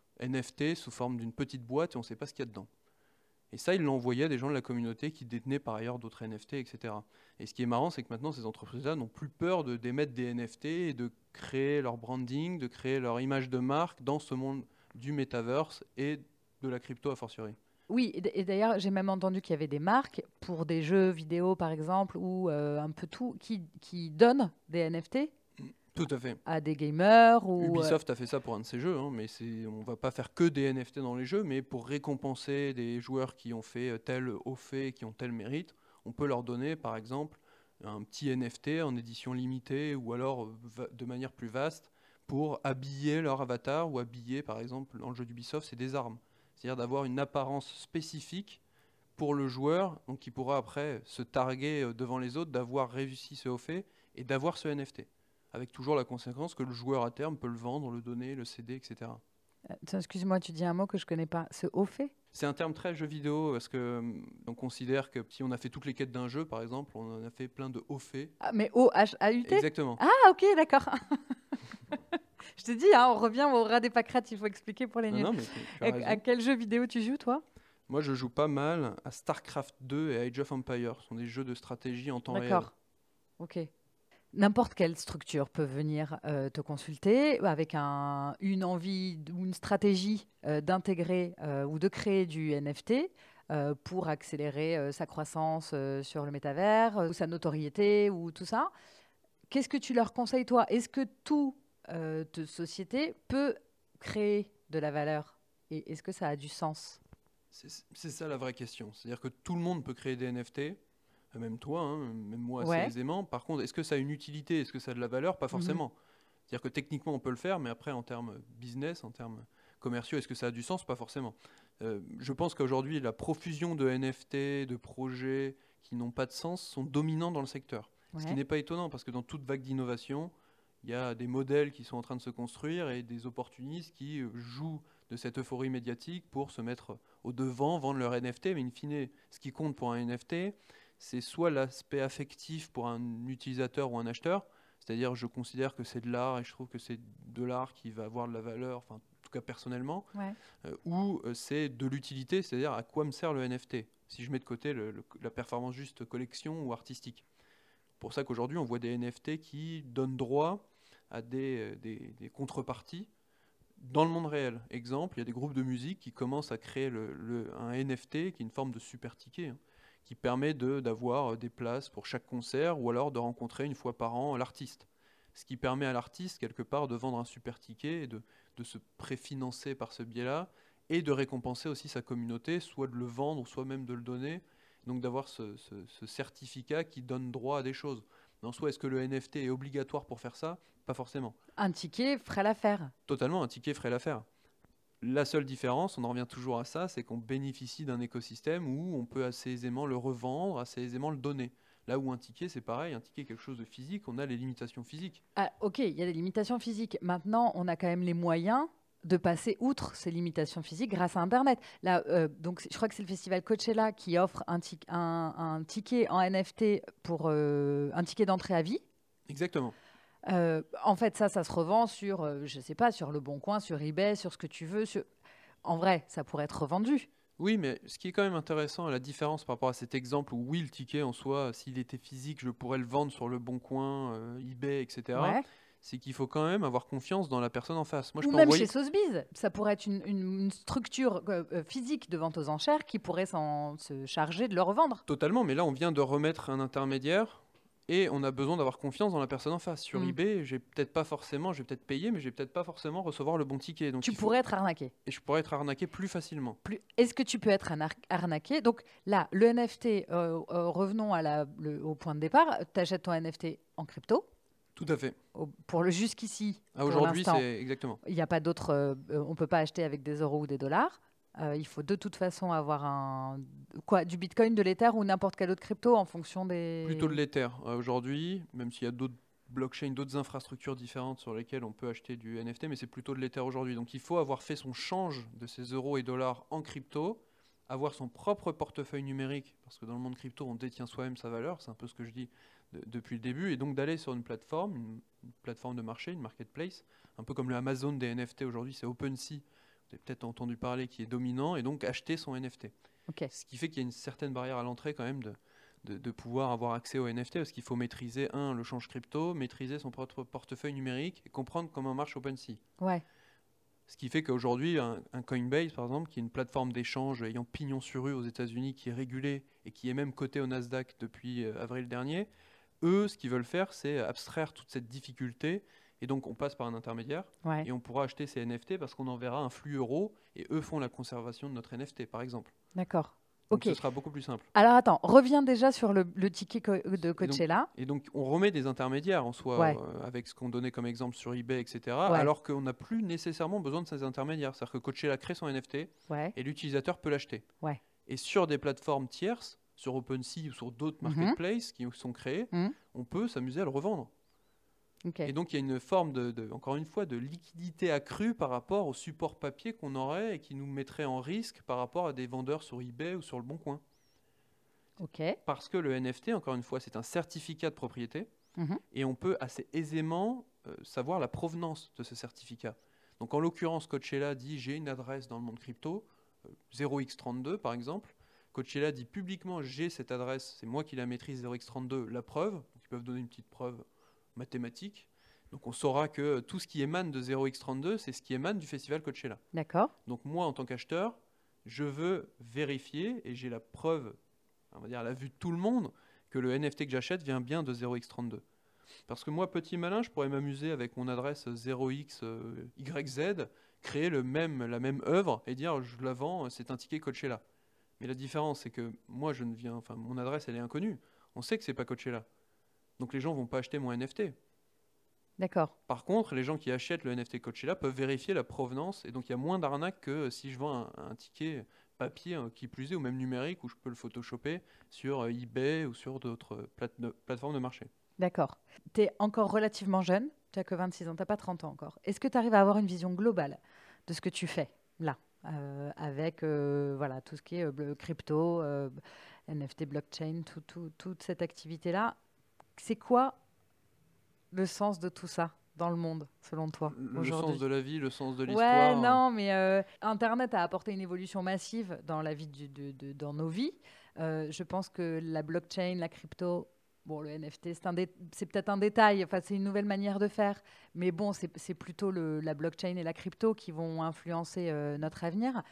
NFT sous forme d'une petite boîte et on ne sait pas ce qu'il y a dedans. Et ça, ils l'ont envoyé à des gens de la communauté qui détenaient par ailleurs d'autres NFT, etc. Et ce qui est marrant, c'est que maintenant, ces entreprises-là n'ont plus peur d'émettre des NFT et de créer leur branding, de créer leur image de marque dans ce monde du metaverse et de la crypto a fortiori. Oui, et d'ailleurs, j'ai même entendu qu'il y avait des marques pour des jeux vidéo, par exemple, ou un peu tout, qui donnent des NFT. Tout à fait. À des gamers ou... Ubisoft a fait ça pour un de ses jeux, mais on ne va pas faire que des NFT dans les jeux, mais pour récompenser des joueurs qui ont fait tel haut fait, qui ont tel mérite, on peut leur donner, par exemple, un petit NFT en édition limitée ou alors de manière plus vaste pour habiller leur avatar ou habiller, par exemple, dans le jeu d'Ubisoft, c'est des armes. C'est-à-dire d'avoir une apparence spécifique pour le joueur, donc qui pourra après se targuer devant les autres d'avoir réussi ce haut fait et d'avoir ce NFT. Avec toujours la conséquence que le joueur à terme peut le vendre, le donner, le céder, etc. Excuse-moi, tu dis un mot que je ne connais pas. Ce haut fait ? C'est un terme très jeu vidéo parce qu'on considère que si on a fait toutes les quêtes d'un jeu, par exemple, on en a fait plein de hauts faits. Ah, mais O-H-A-U-T ? Exactement. Ah, ok, d'accord. Je te dis, on revient au rat des pâquerettes, il faut expliquer pour les nuls. Non, mais tu as raison. À quel jeu vidéo tu joues, toi? Moi, je joue pas mal à StarCraft 2 et Age of Empires. Ce sont des jeux de stratégie en temps réel. D'accord, ok. N'importe quelle structure peut venir te consulter avec une envie ou une stratégie d'intégrer ou de créer du NFT pour accélérer sa croissance sur le métavers, ou sa notoriété, ou tout ça. Qu'est-ce que tu leur conseilles, toi? Est-ce que toute société peut créer de la valeur? Et est-ce que ça a du sens? C'est ça la vraie question. C'est-à-dire que tout le monde peut créer des NFT, même toi, même moi assez Ouais. aisément. Par contre, est-ce que ça a une utilité? Est-ce que ça a de la valeur? Pas forcément. C'est-à-dire que techniquement, on peut le faire, mais après, en termes business, en termes commerciaux, est-ce que ça a du sens? Pas forcément. Je pense qu'aujourd'hui, la profusion de NFT, de projets qui n'ont pas de sens, sont dominants dans le secteur. Ce qui Ouais. n'est pas étonnant, parce que dans toute vague d'innovation, il y a des modèles qui sont en train de se construire et des opportunistes qui jouent de cette euphorie médiatique pour se mettre au devant, vendre leur NFT. Mais in fine, ce qui compte pour un NFT, c'est soit l'aspect affectif pour un utilisateur ou un acheteur, c'est-à-dire je considère que c'est de l'art et je trouve que c'est de l'art qui va avoir de la valeur, enfin en tout cas personnellement, Ouais. ou c'est de l'utilité, c'est-à-dire à quoi me sert le NFT, si je mets de côté la performance juste collection ou artistique. Pour ça qu'aujourd'hui on voit des NFT qui donnent droit à des contreparties dans le monde réel. Exemple, il y a des groupes de musique qui commencent à créer un NFT qui est une forme de super ticket, qui permet d'avoir des places pour chaque concert ou alors de rencontrer une fois par an l'artiste. Ce qui permet à l'artiste, quelque part, de vendre un super ticket et de se préfinancer par ce biais-là et de récompenser aussi sa communauté, soit de le vendre, soit même de le donner. Donc d'avoir ce certificat qui donne droit à des choses. Mais en soi, est-ce que le NFT est obligatoire pour faire ça? Pas forcément. Un ticket ferait l'affaire. Totalement, un ticket ferait l'affaire. La seule différence, on en revient toujours à ça, c'est qu'on bénéficie d'un écosystème où on peut assez aisément le revendre, assez aisément le donner. Là où un ticket, c'est pareil, un ticket est quelque chose de physique, on a les limitations physiques. Ah, ok, il y a des limitations physiques. Maintenant, on a quand même les moyens de passer outre ces limitations physiques grâce à Internet. Là, donc, je crois que c'est le festival Coachella qui offre un ticket en NFT pour un ticket d'entrée à vie. Exactement. En fait, ça se revend sur, je sais pas, sur Le Bon Coin, sur eBay, sur ce que tu veux. En vrai, ça pourrait être revendu. Oui, mais ce qui est quand même intéressant, la différence par rapport à cet exemple où oui, le ticket en soi, s'il était physique, je pourrais le vendre sur Le Bon Coin, eBay, etc. Ouais. C'est qu'il faut quand même avoir confiance dans la personne en face. Moi, je Ou peux même envoyer... chez Sotheby's. Ça pourrait être une structure physique de vente aux enchères qui pourrait se charger de le revendre. Totalement, mais là, on vient de remettre un intermédiaire et on a besoin d'avoir confiance dans la personne en face. Sur eBay, je vais peut-être payer, mais je vais peut-être pas forcément recevoir le bon ticket. Donc Tu pourrais être arnaqué. Et je pourrais être arnaqué plus facilement. Est-ce que tu peux être arnaqué? Donc là, le NFT, revenons au point de départ. Tu achètes ton NFT en crypto. Tout à fait. Pour le jusqu'ici, Aujourd'hui, c'est exactement. Il n'y a pas d'autre. On ne peut pas acheter avec des euros ou des dollars. Il faut de toute façon avoir du Bitcoin, de l'Ether ou n'importe quelle autre crypto en fonction des... Plutôt de l'Ether. Aujourd'hui, même s'il y a d'autres blockchains, d'autres infrastructures différentes sur lesquelles on peut acheter du NFT, mais c'est plutôt de l'Ether aujourd'hui. Donc il faut avoir fait son change de ces euros et dollars en crypto, avoir son propre portefeuille numérique, parce que dans le monde crypto, on détient soi-même sa valeur, c'est un peu ce que je dis depuis le début, et donc d'aller sur une plateforme de marché, une marketplace, un peu comme le Amazon des NFT aujourd'hui, c'est OpenSea, vous avez peut-être entendu parler, qui est dominant, et donc acheter son NFT. Okay. Ce qui fait qu'il y a une certaine barrière à l'entrée quand même de pouvoir avoir accès au NFT, parce qu'il faut maîtriser, le change crypto, maîtriser son propre portefeuille numérique, et comprendre comment marche OpenSea. Ouais. Ce qui fait qu'aujourd'hui, un Coinbase, par exemple, qui est une plateforme d'échange ayant pignon sur rue aux États-Unis, qui est régulée et qui est même cotée au Nasdaq depuis avril dernier, eux, ce qu'ils veulent faire, c'est abstraire toute cette difficulté. Et donc, on passe par un intermédiaire et on pourra acheter ces NFT parce qu'on enverra un flux euro et eux font la conservation de notre NFT, par exemple. D'accord. Donc, ce sera beaucoup plus simple. Alors, attends, reviens déjà sur le ticket de Coachella. Et donc, on remet des intermédiaires en soi, avec ce qu'on donnait comme exemple sur eBay, etc. Alors qu'on n'a plus nécessairement besoin de ces intermédiaires. C'est-à-dire que Coachella crée son NFT et l'utilisateur peut l'acheter. Et sur des plateformes tierces, sur OpenSea ou sur d'autres marketplaces qui sont créés, on peut s'amuser à le revendre. Et donc il y a une forme encore une fois, de liquidité accrue par rapport au support papier qu'on aurait et qui nous mettrait en risque par rapport à des vendeurs sur eBay ou sur le Bon Coin. Parce que le NFT, encore une fois, c'est un certificat de propriété et on peut assez aisément savoir la provenance de ce certificat. Donc en l'occurrence, Coachella dit j'ai une adresse dans le monde crypto, 0x32 par exemple. Coachella dit publiquement j'ai cette adresse, c'est moi qui la maîtrise, 0x32, la preuve. Donc, ils peuvent donner une petite preuve mathématique. Donc on saura que tout ce qui émane de 0x32, c'est ce qui émane du festival Coachella. D'accord. Donc moi, en tant qu'acheteur, je veux vérifier, et j'ai la preuve, on va dire à la vue de tout le monde, que le NFT que j'achète vient bien de 0x32. Parce que moi, petit malin, je pourrais m'amuser avec mon adresse 0xYZ, créer la même œuvre et dire je la vends, c'est un ticket Coachella. Mais la différence, c'est que moi, mon adresse, elle est inconnue. On sait que c'est pas Coachella. Donc les gens vont pas acheter mon NFT. D'accord. Par contre, les gens qui achètent le NFT Coachella peuvent vérifier la provenance, et donc il y a moins d'arnaques que si je vends un ticket papier, qui plus est, ou même numérique, où je peux le photoshopper sur eBay ou sur d'autres plateformes de marché. D'accord. Tu es encore relativement jeune, tu n'as que 26 ans, tu n'as pas 30 ans encore. Est-ce que tu arrives à avoir une vision globale de ce que tu fais là, avec voilà, tout ce qui est crypto, NFT, blockchain, toute cette activité-là? C'est quoi le sens de tout ça dans le monde, selon toi, Le aujourd'hui? sens de la vie, le sens de Ouais, l'histoire. non, mais Internet a apporté une évolution massive dans la vie dans nos vies. Je pense que la blockchain, la crypto, bon, le NFT, c'est peut-être un détail, enfin, c'est une nouvelle manière de faire, mais bon, c'est plutôt la blockchain et la crypto qui vont influencer notre avenir.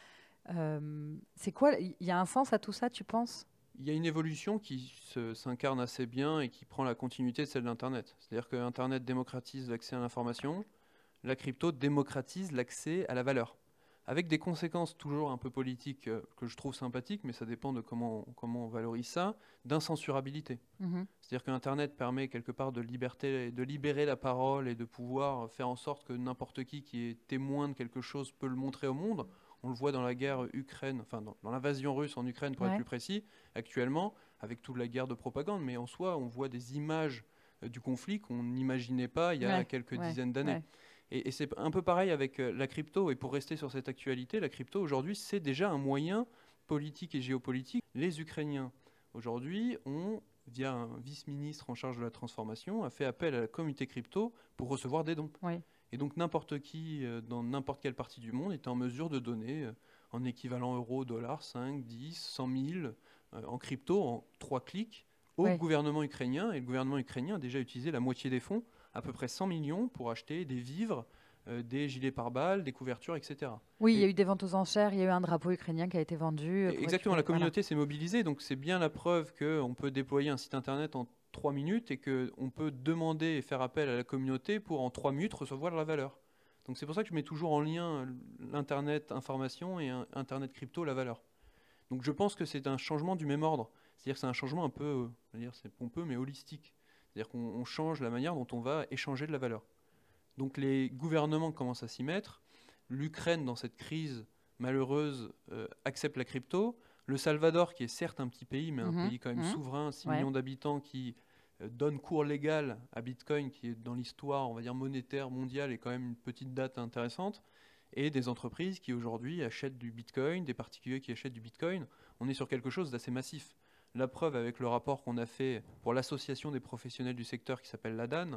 C'est quoi? Il y a un sens à tout ça, tu penses? Il y a une évolution qui s'incarne assez bien et qui prend la continuité de celle d'Internet. C'est-à-dire que Internet démocratise l'accès à l'information, la crypto démocratise l'accès à la valeur. Avec des conséquences toujours un peu politiques que je trouve sympathiques, mais ça dépend de comment on valorise ça, d'incensurabilité. Mhm. C'est-à-dire que Internet permet quelque part de libérer la parole et de pouvoir faire en sorte que n'importe qui est témoin de quelque chose peut le montrer au monde. On le voit dans la guerre Ukraine, enfin dans l'invasion russe en Ukraine pour être Ouais. plus précis, actuellement, avec toute la guerre de propagande, mais en soi, on voit des images du conflit qu'on n'imaginait pas il y a Ouais, quelques ouais, dizaines d'années. ouais. Et c'est un peu pareil avec la crypto. Et pour rester sur cette actualité, la crypto aujourd'hui, c'est déjà un moyen politique et géopolitique. Les Ukrainiens, aujourd'hui, via un vice-ministre en charge de la transformation, a fait appel à la communauté crypto pour recevoir des dons. Ouais. Et donc n'importe qui, dans n'importe quelle partie du monde, est en mesure de donner en équivalent euro, dollars, 5, 10, 100 000 en crypto en 3 clics au Ouais. gouvernement ukrainien. Et le gouvernement ukrainien a déjà utilisé la moitié des fonds, à peu près 100 millions, pour acheter des vivres, des gilets pare-balles, des couvertures, etc. Oui, il y a Et eu des ventes aux enchères, il y a eu un drapeau ukrainien qui a été vendu pour exactement, la récupérer. Voilà. communauté s'est mobilisée, donc c'est bien la preuve qu'on peut déployer un site internet en 3 minutes et qu'on peut demander et faire appel à la communauté pour en 3 minutes recevoir de la valeur. Donc c'est pour ça que je mets toujours en lien l'internet information et internet crypto, la valeur. Donc je pense que c'est un changement du même ordre. C'est-à-dire que c'est un changement un peu, on va dire c'est pompeux, mais holistique. C'est-à-dire qu'on change la manière dont on va échanger de la valeur. Donc les gouvernements commencent à s'y mettre. L'Ukraine, dans cette crise malheureuse, accepte la crypto. Le Salvador, qui est certes un petit pays, mais un Mhm, pays quand même mhm. souverain, 6 Ouais. millions d'habitants, qui donne cours légal à Bitcoin, qui est dans l'histoire, on va dire, monétaire mondiale, et quand même une petite date intéressante, et des entreprises qui aujourd'hui achètent du Bitcoin, des particuliers qui achètent du Bitcoin. On est sur quelque chose d'assez massif. La preuve avec le rapport qu'on a fait pour l'association des professionnels du secteur qui s'appelle l'ADAN,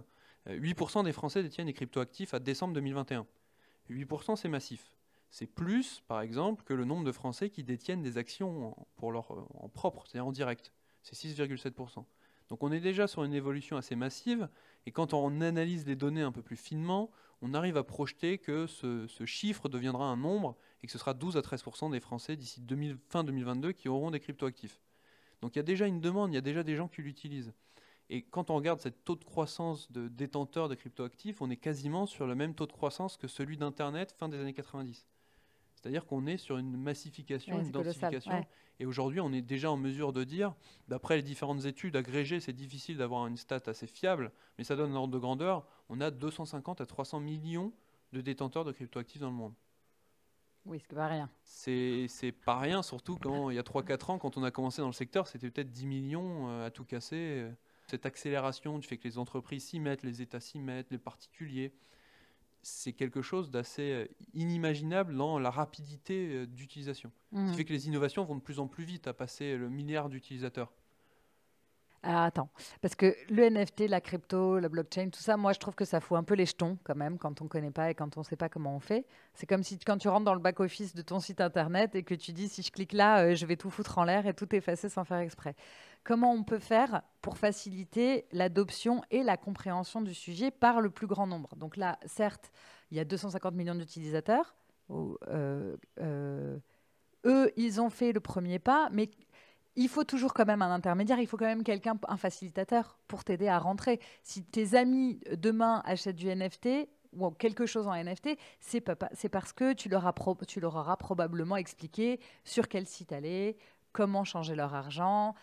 8% des Français détiennent des cryptoactifs à décembre 2021. 8% c'est massif. C'est plus, par exemple, que le nombre de Français qui détiennent des actions en propre, c'est-à-dire en direct. C'est 6,7%. Donc on est déjà sur une évolution assez massive, et quand on analyse les données un peu plus finement, on arrive à projeter que ce chiffre deviendra un nombre, et que ce sera 12 à 13% des Français d'ici fin 2022 qui auront des cryptoactifs. Donc il y a déjà une demande, il y a déjà des gens qui l'utilisent. Et quand on regarde cette taux de croissance de détenteurs de cryptoactifs, on est quasiment sur le même taux de croissance que celui d'Internet fin des années 90. C'est-à-dire qu'on est sur une massification, Ouais, une c'est colossal. densification. Ouais. Et aujourd'hui, on est déjà en mesure de dire, d'après les différentes études agrégées, c'est difficile d'avoir une stat assez fiable, mais ça donne un ordre de grandeur, on a 250 à 300 millions de détenteurs de cryptoactifs dans le monde. Oui, c'est pas rien. C'est pas rien, surtout quand il y a 3-4 ans, quand on a commencé dans le secteur, c'était peut-être 10 millions à tout casser. Cette accélération du fait que les entreprises s'y mettent, les États s'y mettent, les particuliers, c'est quelque chose d'assez inimaginable dans la rapidité d'utilisation. Ce qui Mhm. fait que les innovations vont de plus en plus vite à passer le milliard d'utilisateurs. Ah, attends, parce que le NFT, la crypto, la blockchain, tout ça, moi je trouve que ça fout un peu les jetons quand même quand on ne connaît pas et quand on ne sait pas comment on fait. C'est comme si quand tu rentres dans le back-office de ton site internet et que tu dis si je clique là, je vais tout foutre en l'air et tout effacer sans faire exprès. Comment on peut faire pour faciliter l'adoption et la compréhension du sujet par le plus grand nombre? Donc là, certes, il y a 250 millions d'utilisateurs. Eux, ils ont fait le premier pas, mais il faut toujours quand même un intermédiaire, il faut quand même quelqu'un, un facilitateur pour t'aider à rentrer. Si tes amis demain achètent du NFT ou quelque chose en NFT, c'est parce que tu leur auras probablement expliqué sur quel site aller, comment changer leur argent.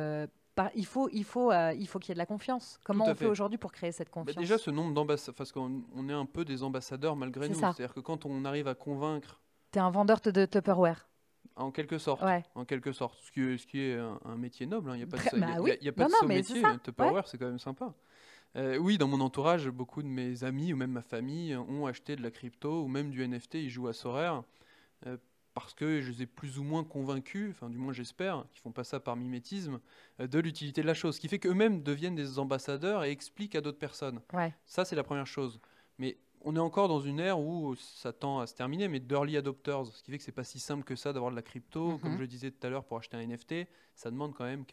Il faut qu'il y ait de la confiance. Tout Comment à on fait fait. aujourd'hui pour créer cette Bah, déjà, confiance? ce nombre d'ambassadeurs, parce qu'on est un peu des ambassadeurs malgré C'est nous. ça. C'est-à-dire que quand on arrive à convaincre, Tu es un vendeur de Tupperware. Ouais. en quelque sorte, ce qui est un métier noble, hein, il n'y a pas de, Bah oui. y a pas Non, de non, saut mais c'est métier, ça. Ouais. Tupperware, c'est quand même sympa. Oui, dans mon entourage, beaucoup de mes amis ou même ma famille ont acheté de la crypto ou même du NFT, ils jouent à Sorare. euh, Parce que je les ai plus ou moins convaincus, enfin du moins j'espère, qu'ils font pas ça par mimétisme, de l'utilité de la chose. Ce qui fait qu'eux-mêmes deviennent des ambassadeurs et expliquent à d'autres personnes. Ouais. Ça, c'est la première chose. Mais on est encore dans une ère où ça tend à se terminer, mais d'early adopters. Ce qui fait que c'est pas si simple que ça d'avoir de la crypto. Comme je Mhm. le disais tout à l'heure, pour acheter un NFT, ça demande quand même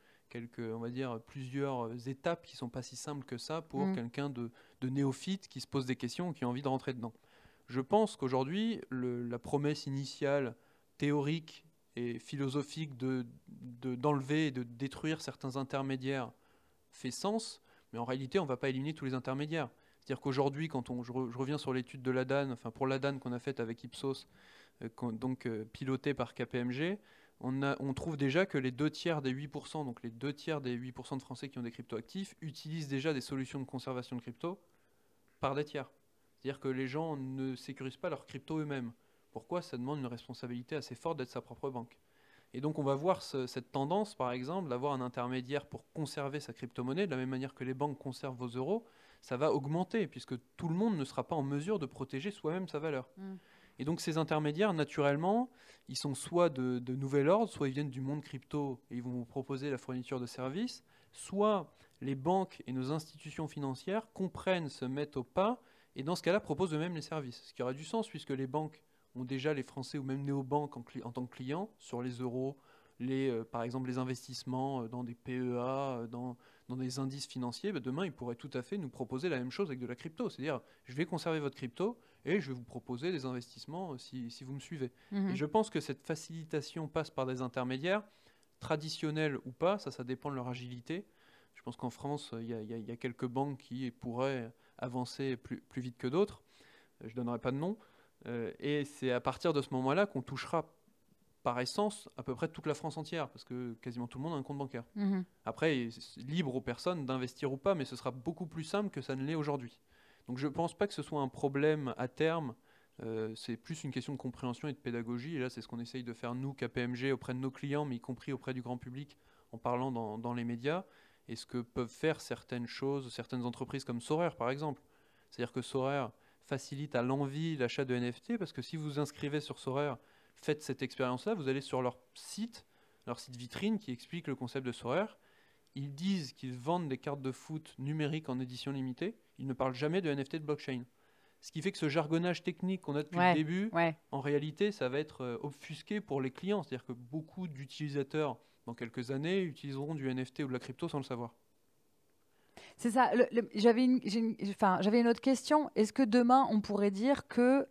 on va dire, plusieurs étapes qui sont pas si simples que ça pour Mm. quelqu'un de néophyte qui se pose des questions, qui a envie de rentrer dedans. Je pense qu'aujourd'hui, la promesse initiale, théorique et philosophique d'enlever et de détruire certains intermédiaires fait sens, mais en réalité, on ne va pas éliminer tous les intermédiaires. C'est-à-dire qu'aujourd'hui, je reviens sur l'étude de l'ADAN, enfin pour l'ADAN qu'on a faite avec Ipsos, pilotée par KPMG, on trouve déjà que les 2 tiers des 8%, donc les 2 tiers des 8% de Français qui ont des cryptoactifs, utilisent déjà des solutions de conservation de crypto par des tiers. C'est-à-dire que les gens ne sécurisent pas leur crypto eux-mêmes. Pourquoi? Ça demande une responsabilité assez forte d'être sa propre banque. Et donc on va voir cette tendance, par exemple, d'avoir un intermédiaire pour conserver sa crypto-monnaie, de la même manière que les banques conservent vos euros, ça va augmenter, puisque tout le monde ne sera pas en mesure de protéger soi-même sa valeur. Mm. Et donc ces intermédiaires, naturellement, ils sont soit de nouvel ordre, soit ils viennent du monde crypto et ils vont vous proposer la fourniture de services, soit les banques et nos institutions financières comprennent, se mettent au pas et dans ce cas-là proposent eux-mêmes les services. Ce qui aura du sens puisque les banques ont déjà les Français ou même néobanques en tant que clients sur les euros, par exemple les investissements dans des PEA, dans des indices financiers. Ben demain, ils pourraient tout à fait nous proposer la même chose avec de la crypto. C'est-à-dire, je vais conserver votre crypto, et je vais vous proposer des investissements si vous me suivez. Et Mhm. je pense que cette facilitation passe par des intermédiaires, traditionnels ou pas, ça dépend de leur agilité. Je pense qu'en France, il y a quelques banques qui pourraient avancer plus vite que d'autres. Je ne donnerai pas de nom. Et c'est à partir de ce moment-là qu'on touchera par essence à peu près toute la France entière, parce que quasiment tout le monde a un compte bancaire. Mhm. Après, c'est libre aux personnes d'investir ou pas, mais ce sera beaucoup plus simple que ça ne l'est aujourd'hui. Donc je ne pense pas que ce soit un problème à terme. C'est plus une question de compréhension et de pédagogie. Et là, c'est ce qu'on essaye de faire, nous, KPMG, auprès de nos clients, mais y compris auprès du grand public, en parlant dans les médias. Et ce que peuvent faire certaines choses, certaines entreprises comme Sorare, par exemple. C'est-à-dire que Sorare facilite à l'envie l'achat de NFT, parce que si vous vous inscrivez sur Sorare, faites cette expérience-là, vous allez sur leur site vitrine qui explique le concept de Sorare. Ils disent qu'ils vendent des cartes de foot numériques en édition limitée. Ils ne parlent jamais de NFT de blockchain. Ce qui fait que ce jargonnage technique qu'on a depuis le Ouais, début, ouais. en réalité, ça va être obfusqué pour les clients. C'est-à-dire que beaucoup d'utilisateurs, dans quelques années, utiliseront du NFT ou de la crypto sans le savoir. C'est ça. J'avais une autre question. Est-ce que demain, on pourrait dire que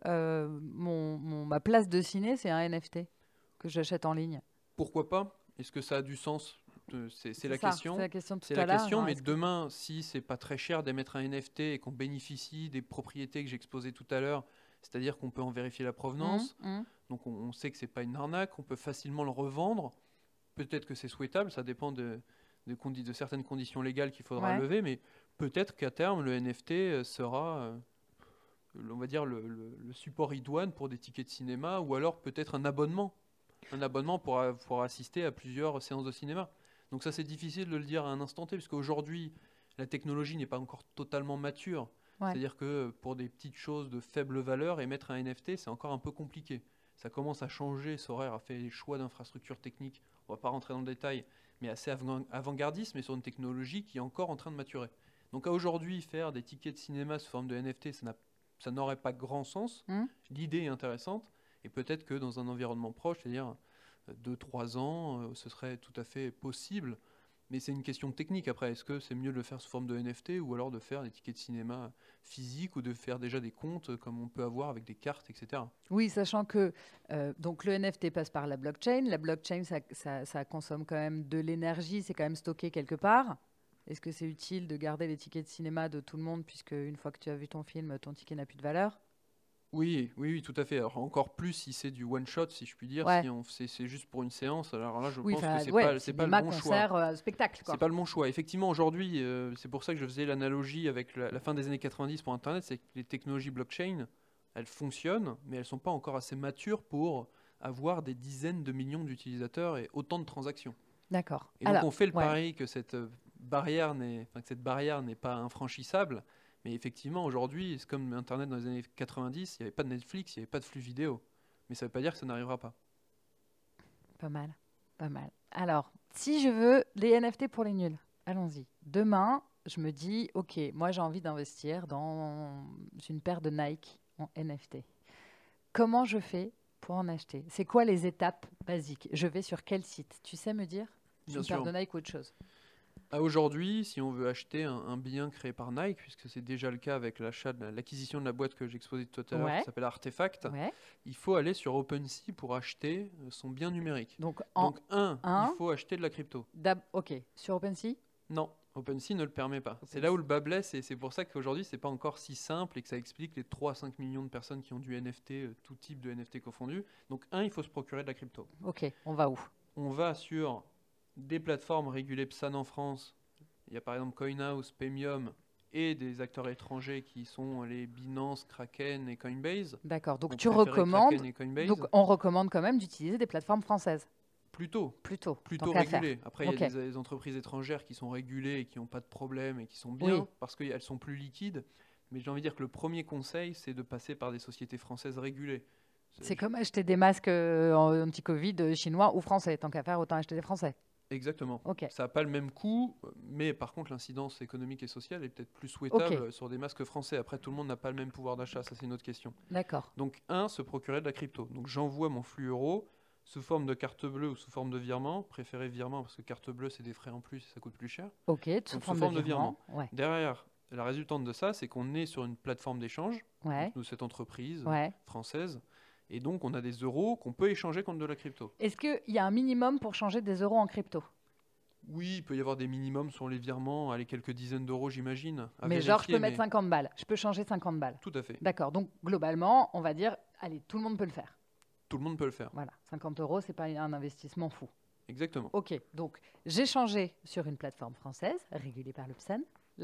ma place de ciné, c'est un NFT que j'achète en ligne? Pourquoi pas? Est-ce que ça a du sens? C'est C'est la ça. C'est question. la question de C'est tout la à l'heure. question, Genre, mais est-ce que... demain, si c'est pas très cher d'émettre un NFT et qu'on bénéficie des propriétés que j'exposais tout à l'heure, c'est-à-dire qu'on peut en vérifier la Hum, provenance, hum. donc on sait que c'est pas une arnaque, on peut facilement le revendre. Peut-être que c'est souhaitable, ça dépend de certaines conditions légales qu'il faudra Ouais. lever, mais peut-être qu'à terme, le NFT sera, on va dire, le support idoine pour des tickets de cinéma, ou alors peut-être un abonnement pour assister à plusieurs séances de cinéma. Donc ça, c'est difficile de le dire à un instant T, parce qu'aujourd'hui, la technologie n'est pas encore totalement mature. Ouais. C'est-à-dire que pour des petites choses de faible valeur, émettre un NFT, c'est encore un peu compliqué. Ça commence à changer, Sorare a fait des choix d'infrastructures techniques, on ne va pas rentrer dans le détail, mais assez avant-gardiste, mais sur une technologie qui est encore en train de maturer. Donc à aujourd'hui, faire des tickets de cinéma sous forme de NFT, ça n'aurait pas grand sens. L'idée est intéressante, et peut-être que dans un environnement proche, c'est-à-dire 2-3 ans, ce serait tout à fait possible. Mais c'est une question technique après. Est-ce que c'est mieux de le faire sous forme de NFT ou alors de faire des tickets de cinéma physiques ou de faire déjà des comptes comme on peut avoir avec des cartes, etc. Oui, sachant que donc le NFT passe par la blockchain. La blockchain, ça consomme quand même de l'énergie, c'est quand même stocké quelque part. Est-ce que c'est utile de garder les tickets de cinéma de tout le monde puisque une fois que tu as vu ton film, ton ticket n'a plus de valeur? Oui, tout à fait. Alors encore plus si c'est du one shot, si je puis dire, Ouais. si c'est juste pour une séance. Alors là, je Oui, pense que enfin, c'est ouais, pas, c'est pas le cinéma, bon choix. concert, spectacle, quoi. C'est pas le bon choix. Effectivement, aujourd'hui, c'est pour ça que je faisais l'analogie avec la fin des années 90 pour Internet, c'est que les technologies blockchain, elles fonctionnent, mais elles sont pas encore assez matures pour avoir des dizaines de millions d'utilisateurs et autant de transactions. D'accord. Et donc Alors, on fait le ouais. pari que cette barrière n'est pas infranchissable. Mais effectivement, aujourd'hui, c'est comme Internet dans les années 90, il n'y avait pas de Netflix, il n'y avait pas de flux vidéo. Mais ça ne veut pas dire que ça n'arrivera pas. Pas mal, pas mal. Alors, si je veux les NFT pour les nuls, allons-y. Demain, je me dis, OK, moi j'ai envie d'investir dans une paire de Nike en NFT. Comment je fais pour en acheter? C'est quoi les étapes basiques? Je vais sur quel site? Tu sais me dire? Bien Une paire sûr. de Nike ou autre chose? À aujourd'hui, si on veut acheter un bien créé par Nike, puisque c'est déjà le cas avec l'acquisition de la boîte que j'exposais tout à l'heure, Ouais. qui s'appelle Artefact, Ouais. il faut aller sur OpenSea pour acheter son bien numérique. Donc, Donc, il un, faut acheter de la crypto. OK, sur OpenSea? Non, OpenSea ne le permet pas. C'est là où le bas blesse et c'est pour ça qu'aujourd'hui, c'est pas encore si simple et que ça explique les 3 à 5 millions de personnes qui ont du NFT, tout type de NFT confondu. Donc, il faut se procurer de la crypto. OK, on va où? On va sur des plateformes régulées PSAN en France. Il y a par exemple CoinHouse, Paymium et des acteurs étrangers qui sont les Binance, Kraken et Coinbase. D'accord, donc On tu préférait recommandes, Kraken et Coinbase. donc on recommande quand même d'utiliser des plateformes françaises. Plutôt Plutôt tant qu'à régulées. faire. Après, il Ok. y a des entreprises étrangères qui sont régulées et qui n'ont pas de problème et qui sont bien Oui. parce qu'elles sont plus liquides. Mais j'ai envie de dire que le premier conseil, c'est de passer par des sociétés françaises régulées. C'est comme acheter des masques anti-Covid chinois ou français. Tant qu'à faire, autant acheter des français. Exactement. Ok. Ça n'a pas le même coût, mais par contre, l'incidence économique et sociale est peut-être plus souhaitable sur des masques français. Après, tout le monde n'a pas le même pouvoir d'achat, ça c'est une autre question. D'accord. Donc, se procurer de la crypto. Donc, j'envoie mon flux euro sous forme de carte bleue ou sous forme de virement. Préférez virement parce que carte bleue, c'est des frais en plus et ça coûte plus cher. Ok, Donc, sous forme de virement. Ouais. Derrière, la résultante de ça, c'est qu'on est sur une plateforme d'échange, Ouais. de cette entreprise Ouais. française. Et donc, on a des euros qu'on peut échanger contre de la crypto. Est-ce qu'il y a un minimum pour changer des euros en crypto? Oui, il peut y avoir des minimums sur les virements, allez, quelques dizaines d'euros, j'imagine. Mais genre, je peux mettre 50 balles. Je peux changer 50 balles. Tout à fait. D'accord. Donc, globalement, on va dire, allez, tout le monde peut le faire. Tout le monde peut le faire. Voilà. 50 euros, c'est pas un investissement fou. Exactement. Ok. Donc, j'ai changé sur une plateforme française, régulée par le PSAN.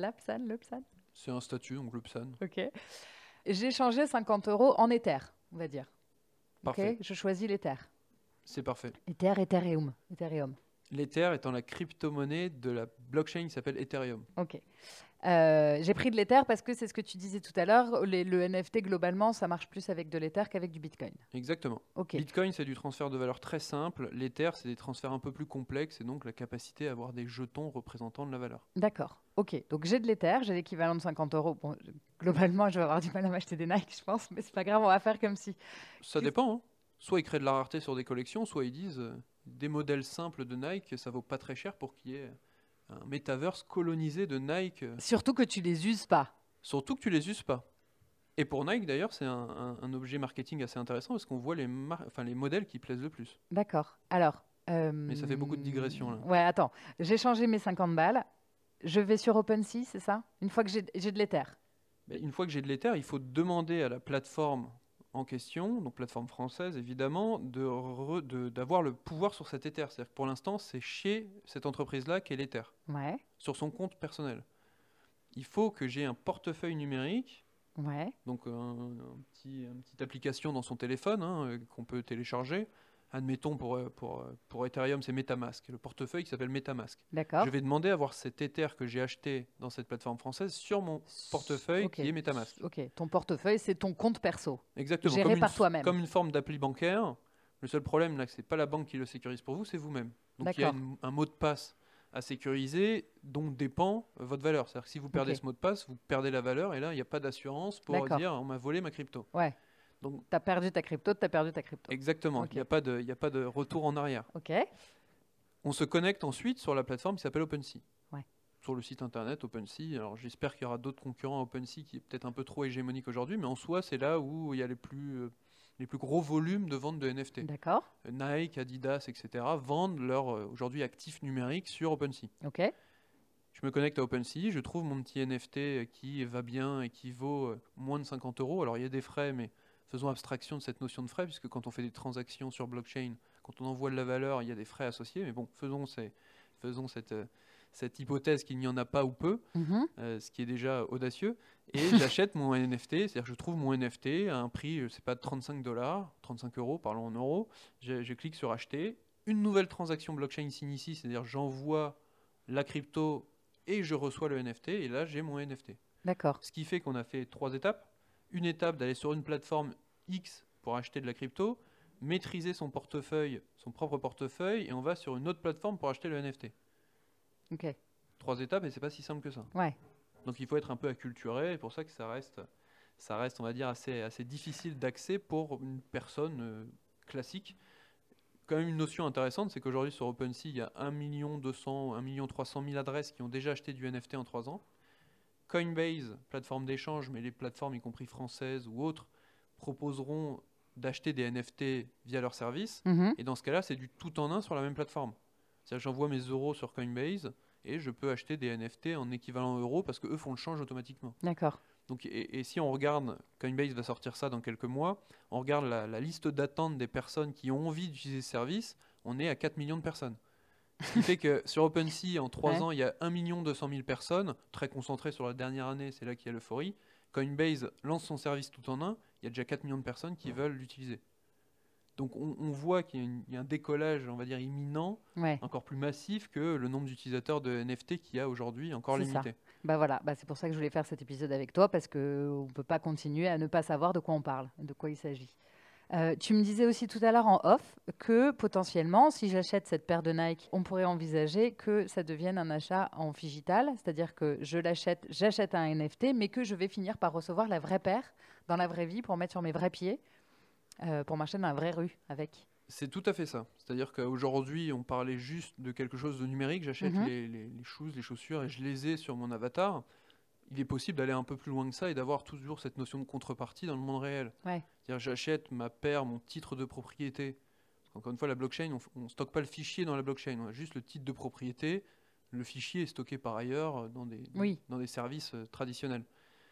Le PSAN. C'est un statut, donc le PSAN. Ok. J'ai changé 50 euros en Ether, on va dire. Parfait. Ok. Je choisis l'Ether. C'est parfait. Ethereum. L'Ether étant la crypto-monnaie de la blockchain qui s'appelle Ethereum. Ok. J'ai pris de l'Ether parce que c'est ce que tu disais tout à l'heure. Le NFT, globalement, ça marche plus avec de l'Ether qu'avec du Bitcoin. Exactement. Ok. Bitcoin, c'est du transfert de valeur très simple. L'Ether, c'est des transferts un peu plus complexes et donc la capacité à avoir des jetons représentant de la valeur. D'accord. Ok. Donc j'ai de l'Ether, j'ai l'équivalent de 50 euros. Bon, globalement, je vais avoir du mal à m'acheter des Nike, je pense, mais c'est pas grave, on va faire comme si. Ça dépend. Soit ils créent de la rareté sur des collections, soit ils disent des modèles simples de Nike, ça vaut pas très cher pour qu'il y ait un metaverse colonisé de Nike. Surtout que tu les uses pas. Surtout que tu les uses pas. Et pour Nike, d'ailleurs, c'est un objet marketing assez intéressant parce qu'on voit les modèles qui plaisent le plus. D'accord. Alors. Mais ça fait beaucoup de digressions là. Ouais, attends. J'ai changé mes 50 balles. Je vais sur OpenSea, c'est ça? Une fois que j'ai de l'Ether. Une fois que j'ai de l'Ether, il faut demander à la plateforme en question, donc plateforme française évidemment, d'avoir le pouvoir sur cet Ether. C'est-à-dire que pour l'instant, c'est chez cette entreprise-là qu'est l'Ether, Ouais. sur son compte personnel. Il faut que j'ai un portefeuille numérique, Ouais. donc une petite application dans son téléphone qu'on peut télécharger. Admettons pour Ethereum, c'est MetaMask, le portefeuille qui s'appelle MetaMask. D'accord. Je vais demander à avoir cet Ether que j'ai acheté dans cette plateforme française sur mon portefeuille qui est MetaMask. Ok. Ton portefeuille, c'est ton compte perso. Exactement. Géré par toi-même. Comme une forme d'appli bancaire. Le seul problème, là, c'est pas la banque qui le sécurise pour vous, c'est vous-même. Donc il y a un mot de passe à sécuriser dont dépend votre valeur. C'est-à-dire que si vous perdez ce mot de passe, vous perdez la valeur et là, il n'y a pas d'assurance pour dire on m'a volé ma crypto. Ouais. Donc, tu as perdu ta crypto, tu as perdu ta crypto. Exactement. Il n'y a pas de retour en arrière. Ok. On se connecte ensuite sur la plateforme qui s'appelle OpenSea. Ouais. Sur le site internet OpenSea. Alors j'espère qu'il y aura d'autres concurrents à OpenSea qui est peut-être un peu trop hégémonique aujourd'hui, mais en soi, c'est là où il y a les plus gros volumes de vente de NFT. D'accord. Nike, Adidas, etc. vendent leurs aujourd'hui actifs numériques sur OpenSea. Ok. Je me connecte à OpenSea, je trouve mon petit NFT qui va bien et qui vaut moins de 50 €. Alors il y a des frais, mais faisons abstraction de cette notion de frais, puisque quand on fait des transactions sur blockchain, quand on envoie de la valeur, il y a des frais associés. Mais bon, faisons cette hypothèse qu'il n'y en a pas ou peu, ce qui est déjà audacieux. Et j'achète mon NFT, c'est-à-dire que je trouve mon NFT à un prix, je sais pas, de 35 $, 35 €, parlons en euros. Je clique sur acheter. Une nouvelle transaction blockchain s'initie, c'est-à-dire j'envoie la crypto et je reçois le NFT, et là j'ai mon NFT. D'accord. Ce qui fait qu'on a fait 3 étapes. Une étape d'aller sur une plateforme X pour acheter de la crypto, maîtriser son portefeuille, son propre portefeuille, et on va sur une autre plateforme pour acheter le NFT. Ok. 3 étapes, et c'est pas si simple que ça. Ouais. Donc il faut être un peu acculturé, et pour ça que ça reste on va dire, assez difficile d'accès pour une personne classique. Quand même une notion intéressante, c'est qu'aujourd'hui sur OpenSea, il y a 1 200 000, 1 300 000 adresses qui ont déjà acheté du NFT en 3 ans. Coinbase, plateforme d'échange, mais les plateformes, y compris françaises ou autres, proposeront d'acheter des NFT via leur service. Et dans ce cas-là, c'est du tout en un sur la même plateforme. C'est-à-dire que j'envoie mes euros sur Coinbase et je peux acheter des NFT en équivalent euros parce qu'eux font le change automatiquement. D'accord. Donc, et si on regarde, Coinbase va sortir ça dans quelques mois, on regarde la liste d'attente des personnes qui ont envie d'utiliser ce service, on est à 4 millions de personnes. Ce qui fait que sur OpenSea, en 3 ans, il y a 1 200 000 personnes, très concentrées sur la dernière année, c'est là qu'il y a l'euphorie. Coinbase lance son service tout en un, il y a déjà 4 millions de personnes qui veulent l'utiliser. Donc on voit qu'il y a un décollage, on va dire, imminent, encore plus massif que le nombre d'utilisateurs de NFT qu'il y a aujourd'hui, encore limité. Ça. Bah voilà, c'est pour ça que je voulais faire cet épisode avec toi, parce qu'on ne peut pas continuer à ne pas savoir de quoi on parle, de quoi il s'agit. Tu me disais aussi tout à l'heure en off que potentiellement, si j'achète cette paire de Nike, on pourrait envisager que ça devienne un achat en digital, c'est-à-dire que j'achète un NFT, mais que je vais finir par recevoir la vraie paire dans la vraie vie pour mettre sur mes vrais pieds, pour marcher dans la vraie rue avec. C'est tout à fait ça. C'est-à-dire qu'aujourd'hui, on parlait juste de quelque chose de numérique. J'achète les chaussures et je les ai sur mon avatar. Il est possible d'aller un peu plus loin que ça et d'avoir toujours cette notion de contrepartie dans le monde réel. C'est-à-dire j'achète ma paire, mon titre de propriété. Encore une fois, la blockchain, on ne stocke pas le fichier dans la blockchain. On a juste le titre de propriété. Le fichier est stocké par ailleurs dans des services traditionnels.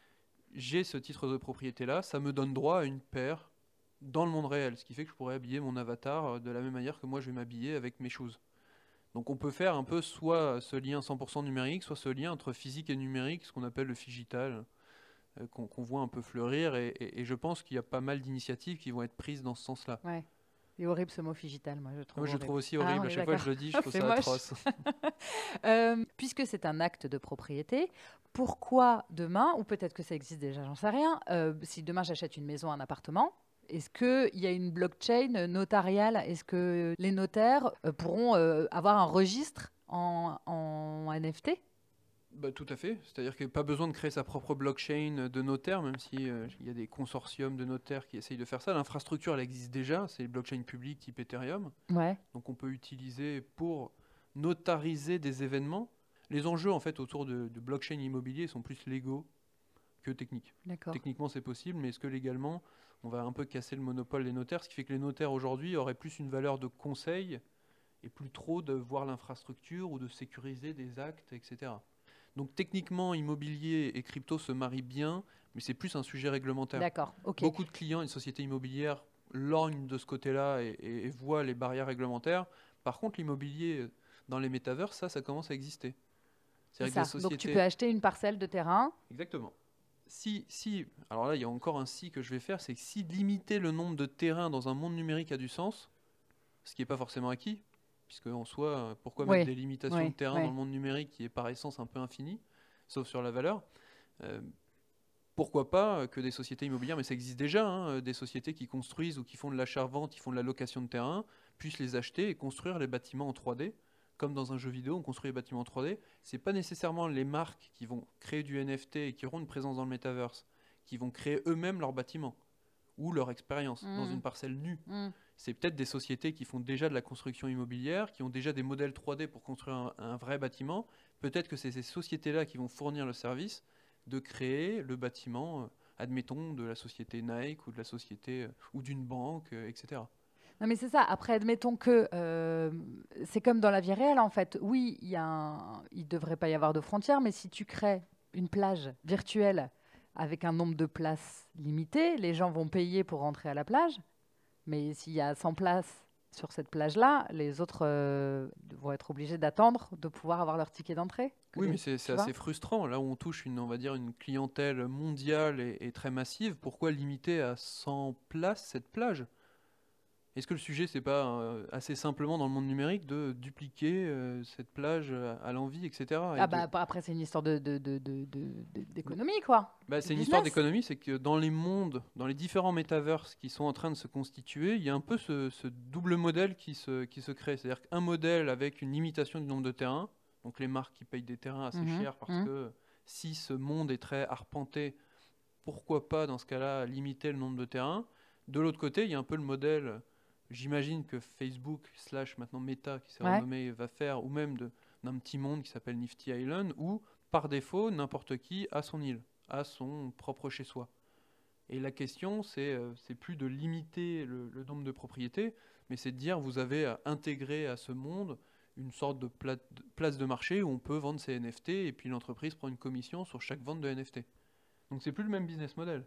J'ai ce titre de propriété-là. Ça me donne droit à une paire dans le monde réel, ce qui fait que je pourrais habiller mon avatar de la même manière que moi je vais m'habiller avec mes choses. Donc on peut faire un peu soit ce lien 100% numérique, soit ce lien entre physique et numérique, ce qu'on appelle le figital, qu'on voit un peu fleurir, et je pense qu'il y a pas mal d'initiatives qui vont être prises dans ce sens-là. Ouais. C'est horrible ce mot figital, moi je trouve. Moi je trouve aussi horrible, à chaque fois que je le dis, je trouve ça moche. atroce. Puisque c'est un acte de propriété, pourquoi demain, ou peut-être que ça existe déjà, j'en sais rien, si demain j'achète une maison, un appartement, est-ce qu'il y a une blockchain notariale? Est-ce que les notaires pourront avoir un registre en NFT? Tout à fait. C'est-à-dire qu'il n'y a pas besoin de créer sa propre blockchain de notaire, même si il y a des consortiums de notaires qui essayent de faire ça. L'infrastructure, elle existe déjà. C'est les blockchains publiques type Ethereum. Donc on peut utiliser pour notariser des événements. Les enjeux en fait autour de blockchain immobilier sont plus légaux que techniques. Techniquement, c'est possible, mais est-ce que légalement, on va un peu casser le monopole des notaires, ce qui fait que les notaires aujourd'hui auraient plus une valeur de conseil et plus trop de voir l'infrastructure ou de sécuriser des actes, etc. Donc techniquement, immobilier et crypto se marient bien, mais c'est plus un sujet réglementaire. Beaucoup de clients et de sociétés immobilières lorgnent de ce côté-là et voient les barrières réglementaires. Par contre, l'immobilier dans les métavers, ça commence à exister. C'est ça. Donc tu peux acheter une parcelle de terrain. Exactement. Alors là, il y a encore un si que je vais faire, c'est que si limiter le nombre de terrains dans un monde numérique a du sens, ce qui n'est pas forcément acquis, puisque en soi, pourquoi mettre des limitations de terrain dans le monde numérique qui est par essence un peu infini, sauf sur la valeur, pourquoi pas que des sociétés immobilières, mais ça existe déjà, des sociétés qui construisent ou qui font de l'achat-revente, qui font de la location de terrain, puissent les acheter et construire les bâtiments en 3D. Comme dans un jeu vidéo, on construit les bâtiments en 3D. C'est pas nécessairement les marques qui vont créer du NFT et qui auront une présence dans le metaverse, qui vont créer eux-mêmes leurs bâtiments ou leur expérience dans une parcelle nue. C'est peut-être des sociétés qui font déjà de la construction immobilière, qui ont déjà des modèles 3D pour construire un vrai bâtiment. Peut-être que c'est ces sociétés-là qui vont fournir le service de créer le bâtiment, admettons, de la société Nike ou de la société ou d'une banque, etc. Non, mais c'est ça. Après, admettons que c'est comme dans la vie réelle, en fait. Oui, il ne devrait pas y avoir de frontières, mais si tu crées une plage virtuelle avec un nombre de places limité, les gens vont payer pour rentrer à la plage. Mais s'il y a 100 places sur cette plage-là, les autres vont être obligés d'attendre de pouvoir avoir leur ticket d'entrée. Oui, mais c'est assez frustrant. Là où on touche on va dire une clientèle mondiale et très massive, pourquoi limiter à 100 places cette plage ? Est-ce que le sujet, c'est pas assez simplement dans le monde numérique de dupliquer cette plage à l'envi, etc. Après, c'est une histoire d'économie, quoi. C'est une histoire d'économie, c'est que dans les mondes, dans les différents métaverses qui sont en train de se constituer, il y a un peu ce double modèle qui se crée. C'est-à-dire qu'un modèle avec une limitation du nombre de terrains, donc les marques qui payent des terrains assez chers parce que si ce monde est très arpenté, pourquoi pas dans ce cas-là limiter le nombre de terrains. De l'autre côté, il y a un peu le modèle... J'imagine que Facebook / maintenant Meta qui s'est renommé va faire, ou même d'un petit monde qui s'appelle Nifty Island, où par défaut n'importe qui a son île, a son propre chez soi. Et la question c'est plus de limiter le nombre de propriétés, mais c'est de dire vous avez à intégrer à ce monde une sorte de place de marché où on peut vendre ses NFT et puis l'entreprise prend une commission sur chaque vente de NFT. Donc c'est plus le même business model.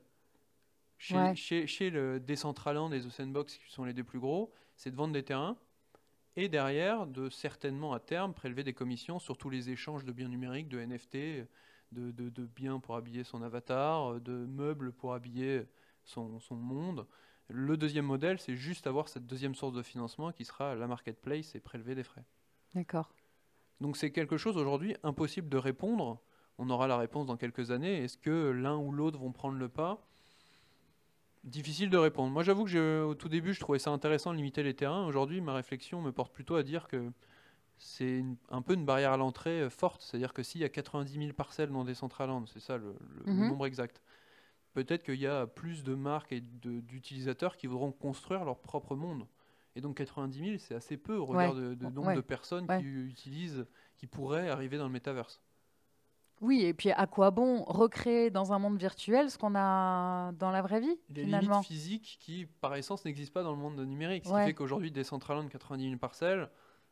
Chez le Decentraland et The Sandbox, qui sont les deux plus gros, c'est de vendre des terrains et derrière, de certainement à terme, prélever des commissions sur tous les échanges de biens numériques, de NFT, de biens pour habiller son avatar, de meubles pour habiller son monde. Le deuxième modèle, c'est juste avoir cette deuxième source de financement qui sera la marketplace et prélever des frais. D'accord. Donc c'est quelque chose aujourd'hui impossible de répondre. On aura la réponse dans quelques années. Est-ce que l'un ou l'autre vont prendre le pas ? Difficile de répondre. Moi, j'avoue que au tout début, je trouvais ça intéressant de limiter les terrains. Aujourd'hui, ma réflexion me porte plutôt à dire que c'est un peu une barrière à l'entrée forte. C'est-à-dire que s'il y a 90 000 parcelles dans Decentraland, c'est ça le nombre exact, peut-être qu'il y a plus de marques et d'utilisateurs qui voudront construire leur propre monde. Et donc 90 000, c'est assez peu au regard de nombre de personnes qui utilisent, qui pourraient arriver dans le metaverse. Oui, et puis à quoi bon recréer dans un monde virtuel ce qu'on a dans la vraie vie, finalement ? Limites physiques qui, par essence, n'existent pas dans le monde numérique. Ce qui fait qu'aujourd'hui, Decentraland, 90 000 parcelles,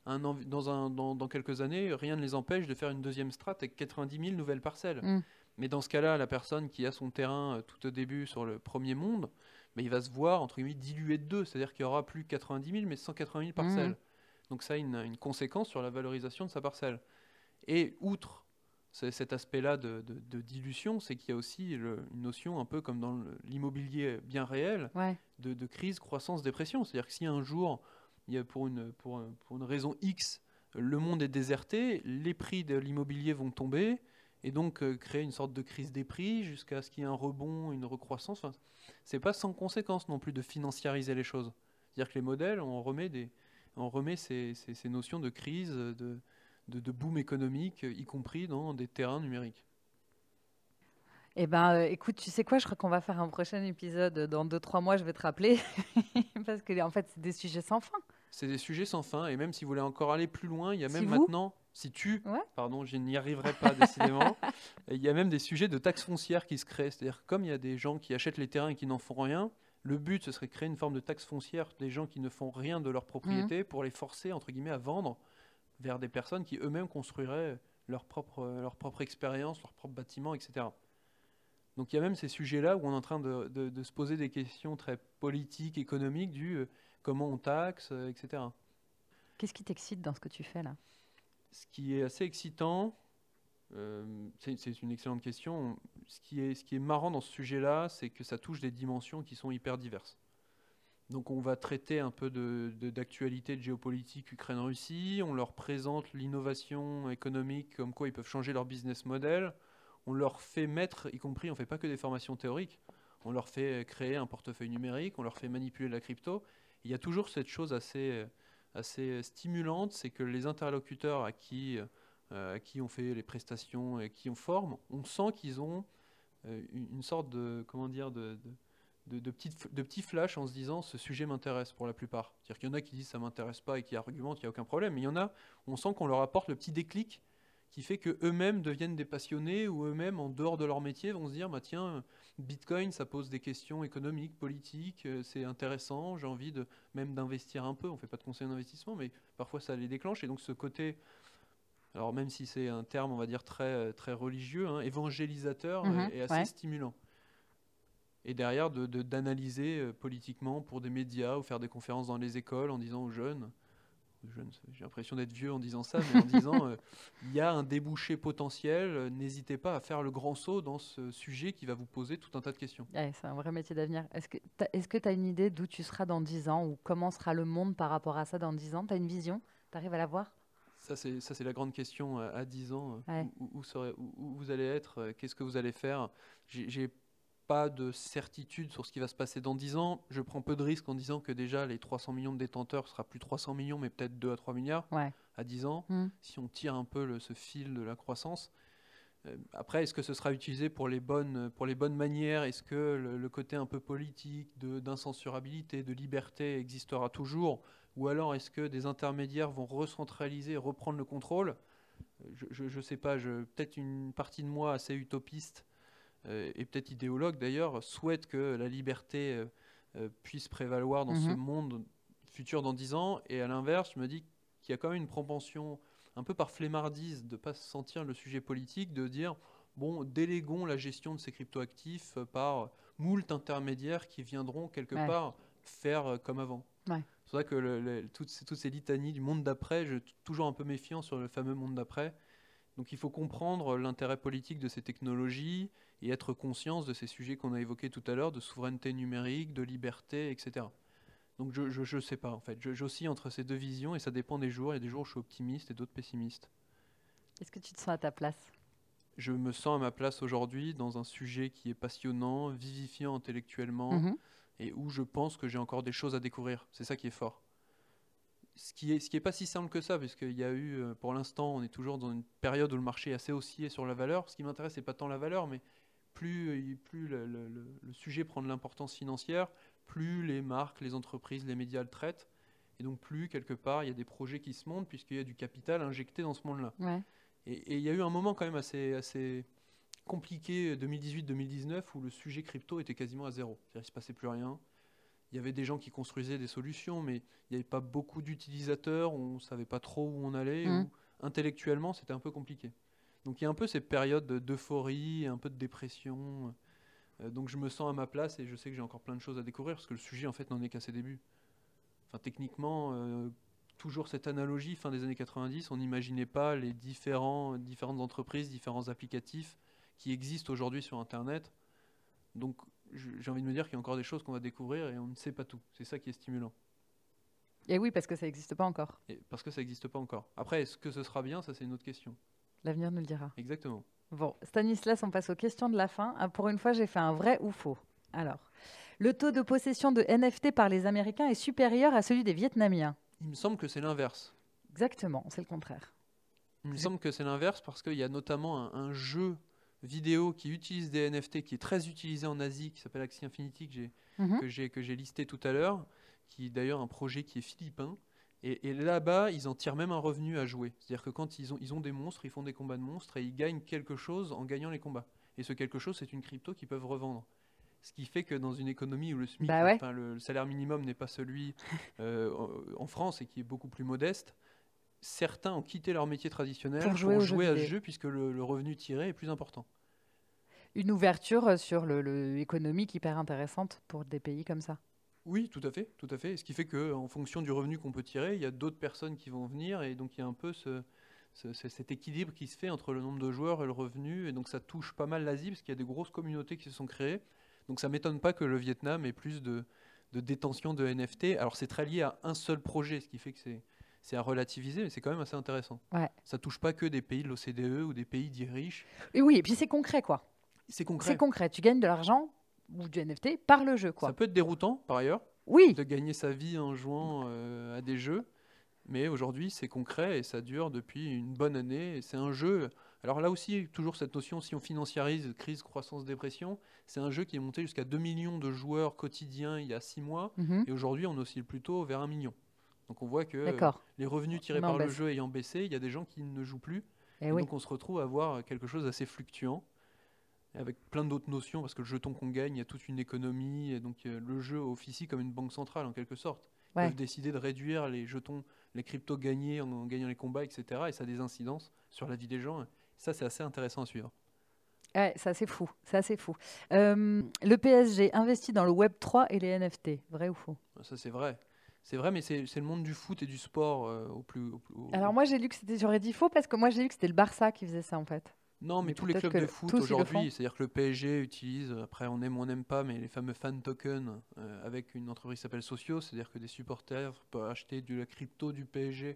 dans quelques années, rien ne les empêche de faire une deuxième strate avec 90 000 nouvelles parcelles. Mais dans ce cas-là, la personne qui a son terrain tout au début sur le premier monde, il va se voir, entre guillemets, dilué de deux. C'est-à-dire qu'il n'y aura plus 90 000, mais 180 000 parcelles. Donc ça a une conséquence sur la valorisation de sa parcelle. Et outre cet aspect-là de dilution, c'est qu'il y a aussi une notion, un peu comme dans l'immobilier bien réel, de crise, croissance, dépression. C'est-à-dire que si un jour, il y a pour une raison X, le monde est déserté, les prix de l'immobilier vont tomber, et donc créer une sorte de crise des prix jusqu'à ce qu'il y ait un rebond, une recroissance. Enfin, c'est pas sans conséquence non plus de financiariser les choses. C'est-à-dire que les modèles, on remet ces notions de crise, de boom économique, y compris dans des terrains numériques. Eh ben, écoute, tu sais quoi, je crois qu'on va faire un prochain épisode dans 2-3 mois, je vais te rappeler, parce que en fait, c'est des sujets sans fin. C'est des sujets sans fin, et même si vous voulez encore aller plus loin, il y a même maintenant, pardon, je n'y arriverai pas décidément, il y a même des sujets de taxes foncières qui se créent, c'est-à-dire que comme il y a des gens qui achètent les terrains et qui n'en font rien, le but, ce serait de créer une forme de taxe foncière des gens qui ne font rien de leur propriété pour les forcer, entre guillemets, à vendre vers des personnes qui eux-mêmes construiraient leur propre expérience, leur propre bâtiment, etc. Donc il y a même ces sujets-là où on est en train de se poser des questions très politiques, économiques, du comment on taxe, etc. Qu'est-ce qui t'excite dans ce que tu fais là ? Ce qui est assez excitant, c'est une excellente question. Ce qui est marrant dans ce sujet-là, c'est que ça touche des dimensions qui sont hyper diverses. Donc on va traiter un peu d'actualité de géopolitique Ukraine-Russie, on leur présente l'innovation économique, comme quoi ils peuvent changer leur business model, on leur fait mettre, y compris, on ne fait pas que des formations théoriques, on leur fait créer un portefeuille numérique, on leur fait manipuler la crypto. Il y a toujours cette chose assez stimulante, c'est que les interlocuteurs à qui on fait les prestations et qui on forme, on sent qu'ils ont une sorte de, comment dire, de petits flashs en se disant ce sujet m'intéresse pour la plupart. C'est-à-dire qu'il y en a qui disent ça m'intéresse pas et qui argumentent, il n'y a aucun problème. Mais il y en a, on sent qu'on leur apporte le petit déclic qui fait qu'eux-mêmes deviennent des passionnés ou eux-mêmes, en dehors de leur métier, vont se dire bah, tiens, Bitcoin, ça pose des questions économiques, politiques, c'est intéressant, j'ai envie même d'investir un peu. On ne fait pas de conseil d'investissement, mais parfois ça les déclenche. Et donc ce côté, alors même si c'est un terme, on va dire, très religieux, hein, évangélisateur, est assez stimulant. Et derrière, d'analyser politiquement pour des médias ou faire des conférences dans les écoles en disant aux jeunes, j'ai l'impression d'être vieux en disant ça, mais en disant il y a un débouché potentiel, n'hésitez pas à faire le grand saut dans ce sujet qui va vous poser tout un tas de questions. Ouais, c'est un vrai métier d'avenir. Est-ce que tu as une idée d'où tu seras dans 10 ans ou comment sera le monde par rapport à ça dans 10 ans? Tu as une vision? Tu arrives à la voir? Ça, c'est la grande question à 10 ans. Ouais. Où vous allez être? Qu'est-ce que vous allez faire? J'ai pas de certitude sur ce qui va se passer dans 10 ans. Je prends peu de risques en disant que déjà les 300 millions de détenteurs, ce sera plus 300 millions, mais peut-être 2 à 3 milliards à 10 ans, si on tire un peu ce fil de la croissance. Après, est-ce que ce sera utilisé pour les bonnes manières? Est-ce que le côté un peu politique, d'incensurabilité, de liberté existera toujours? Ou alors est-ce que des intermédiaires vont recentraliser, reprendre le contrôle? Je ne sais pas, peut-être une partie de moi assez utopiste et peut-être idéologue d'ailleurs, souhaite que la liberté puisse prévaloir dans ce monde futur dans 10 ans. Et à l'inverse, je me dis qu'il y a quand même une propension, un peu par flemmardise, de ne pas se sentir le sujet politique, de dire, bon, déléguons la gestion de ces cryptoactifs par moult intermédiaires qui viendront quelque part faire comme avant. Ouais. C'est vrai que toutes ces litanies du monde d'après, je suis toujours un peu méfiant sur le fameux monde d'après. Donc il faut comprendre l'intérêt politique de ces technologies et être conscient de ces sujets qu'on a évoqués tout à l'heure, de souveraineté numérique, de liberté, etc. Donc je sais pas en fait, j'oscille entre ces deux visions et ça dépend des jours. Il y a des jours où je suis optimiste et d'autres pessimiste. Est-ce que tu te sens à ta place? Je me sens à ma place aujourd'hui dans un sujet qui est passionnant, vivifiant intellectuellement et où je pense que j'ai encore des choses à découvrir. C'est ça qui est fort. Ce qui est pas si simple que ça, puisqu'il y a eu, pour l'instant, on est toujours dans une période où le marché est assez haussier sur la valeur. Ce qui m'intéresse, c'est pas tant la valeur, mais plus le sujet prend de l'importance financière, plus les marques, les entreprises, les médias le traitent, et donc plus, quelque part, il y a des projets qui se montent, puisqu'il y a du capital injecté dans ce monde-là. Ouais. Et il y a eu un moment quand même assez compliqué, 2018-2019, où le sujet crypto était quasiment à zéro. C'est-à-dire qu'il ne se passait plus rien. Il y avait des gens qui construisaient des solutions, mais il n'y avait pas beaucoup d'utilisateurs, on ne savait pas trop où on allait, ou intellectuellement, c'était un peu compliqué. Donc il y a un peu ces périodes d'euphorie, un peu de dépression. Donc je me sens à ma place et je sais que j'ai encore plein de choses à découvrir, parce que le sujet, en fait, n'en est qu'à ses débuts. Enfin, techniquement, toujours cette analogie, fin des années 90, on n'imaginait pas les différentes entreprises, différents applicatifs qui existent aujourd'hui sur Internet. Donc j'ai envie de me dire qu'il y a encore des choses qu'on va découvrir et on ne sait pas tout. C'est ça qui est stimulant. Et oui, parce que ça n'existe pas encore. Et parce que ça n'existe pas encore. Après, est-ce que ce sera bien? Ça, c'est une autre question. L'avenir nous le dira. Exactement. Bon, Stanislas, on passe aux questions de la fin. Pour une fois, j'ai fait un vrai ou faux. Alors, le taux de possession de NFT par les Américains est supérieur à celui des Vietnamiens. Il me semble que c'est l'inverse. Exactement, c'est le contraire. Il me semble que c'est l'inverse parce qu'il y a notamment un jeu vidéo qui utilise des NFT, qui est très utilisé en Asie, qui s'appelle Axie Infinity, que j'ai listé tout à l'heure, qui est d'ailleurs un projet qui est philippin. Et là-bas, ils en tirent même un revenu à jouer. C'est-à-dire que quand ils ont des monstres, ils font des combats de monstres et ils gagnent quelque chose en gagnant les combats. Et ce quelque chose, c'est une crypto qu'ils peuvent revendre. Ce qui fait que dans une économie où le SMIC, le salaire minimum n'est pas celui en France et qui est beaucoup plus modeste, certains ont quitté leur métier traditionnel pour jouer à ce jeu puisque le revenu tiré est plus important. Une ouverture sur l'économie hyper intéressante pour des pays comme ça. Oui, tout à fait, tout à fait. Ce qui fait qu'en fonction du revenu qu'on peut tirer, il y a d'autres personnes qui vont venir et donc il y a un peu cet équilibre qui se fait entre le nombre de joueurs et le revenu et donc ça touche pas mal l'Asie parce qu'il y a des grosses communautés qui se sont créées. Donc ça ne m'étonne pas que le Vietnam ait plus de détention de NFT. Alors c'est très lié à un seul projet, ce qui fait que c'est à relativiser, mais c'est quand même assez intéressant. Ouais. Ça touche pas que des pays de l'OCDE ou des pays dits riches. Et oui, et puis c'est concret, quoi. C'est C'est concret. concret. Tu gagnes de l'argent ou du NFT par le jeu, Ça quoi. peut être déroutant, par ailleurs, Oui, de gagner sa vie en jouant à des jeux. Mais aujourd'hui, c'est concret et ça dure depuis une bonne année. Et c'est un jeu. Alors là aussi, toujours cette notion, si on financiarise crise, croissance, dépression, c'est un jeu qui est monté jusqu'à 2 millions de joueurs quotidiens il y a 6 mois. mhm, Et aujourd'hui, on oscille plutôt vers 1 million. Donc on voit que d'accord. les revenus tirés On est en par le baisse. jeu ayant baissé, il y a des gens qui ne jouent plus. Eh Et oui, donc on se retrouve à avoir quelque chose d'assez fluctuant, avec plein d'autres notions, parce que le jeton qu'on gagne, il y a toute une économie, et donc le jeu officie comme une banque centrale en quelque sorte. Ils ouais. peuvent décider de réduire les jetons, les cryptos gagnés en gagnant les combats, etc. Et ça a des incidences sur la vie des gens. Ça, c'est assez intéressant à suivre. Ouais, ça c'est fou, ça c'est fou. Le PSG investit dans le Web 3 et les NFT, vrai ou faux? Ça, c'est vrai. C'est vrai, mais c'est le monde du foot et du sport au plus... Alors moi j'ai lu que j'aurais dit faux parce que moi j'ai lu que c'était le Barça qui faisait ça en fait. Non, mais Mais tous les peut-être clubs que de foot tous ils le font. aujourd'hui, c'est-à-dire que le PSG utilise, après on aime ou on n'aime pas, mais les fameux fan tokens avec une entreprise qui s'appelle Socio, c'est-à-dire que des supporters peuvent acheter de la crypto du PSG